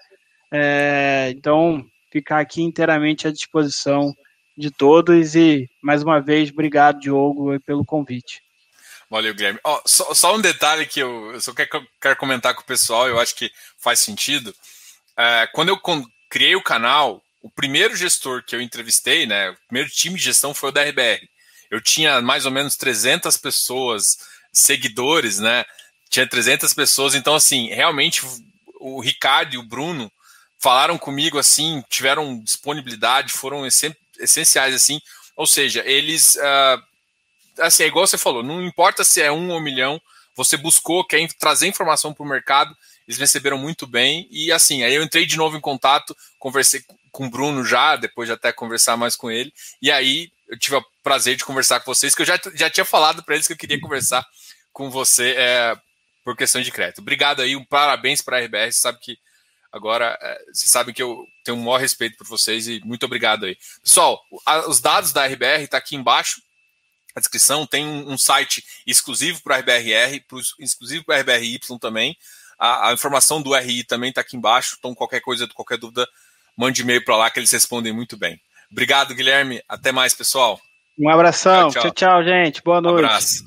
é, então ficar aqui inteiramente à disposição de todos e, mais uma vez, obrigado, Diogo, pelo convite. Valeu, Guilherme. Oh, só, só um detalhe que eu, eu só quero, quero comentar com o pessoal, eu acho que faz sentido. é, quando eu criei o canal, o primeiro gestor que eu entrevistei, né, o primeiro time de gestão foi o da R B R. Eu tinha mais ou menos trezentas pessoas, seguidores, né? Tinha trezentas pessoas, então assim, realmente o Ricardo e o Bruno falaram comigo assim, tiveram disponibilidade, foram essenciais assim, ou seja, eles, uh, assim, é igual você falou, não importa se é um ou um milhão, você buscou, quer trazer informação para o mercado, eles receberam muito bem, e assim, aí eu entrei de novo em contato, conversei com o Bruno já, depois de até conversar mais com ele, e aí eu tive o prazer de conversar com vocês, que eu já, já tinha falado para eles que eu queria conversar com você é, por questão de crédito. Obrigado aí, um parabéns para a R B R, você sabe que agora, é, vocês sabem que eu tenho um maior respeito por vocês e muito obrigado aí. Pessoal, a, os dados da R B R tá aqui embaixo, a descrição, tem um, um site exclusivo para a R B R R, pro, exclusivo para a R B R Y também, a, a informação do R I também está aqui embaixo, então qualquer coisa, qualquer dúvida, mande e-mail para lá que eles respondem muito bem. Obrigado, Guilherme. Até mais, pessoal. Um abração. Tchau, tchau, tchau, gente. Boa noite. Um abraço.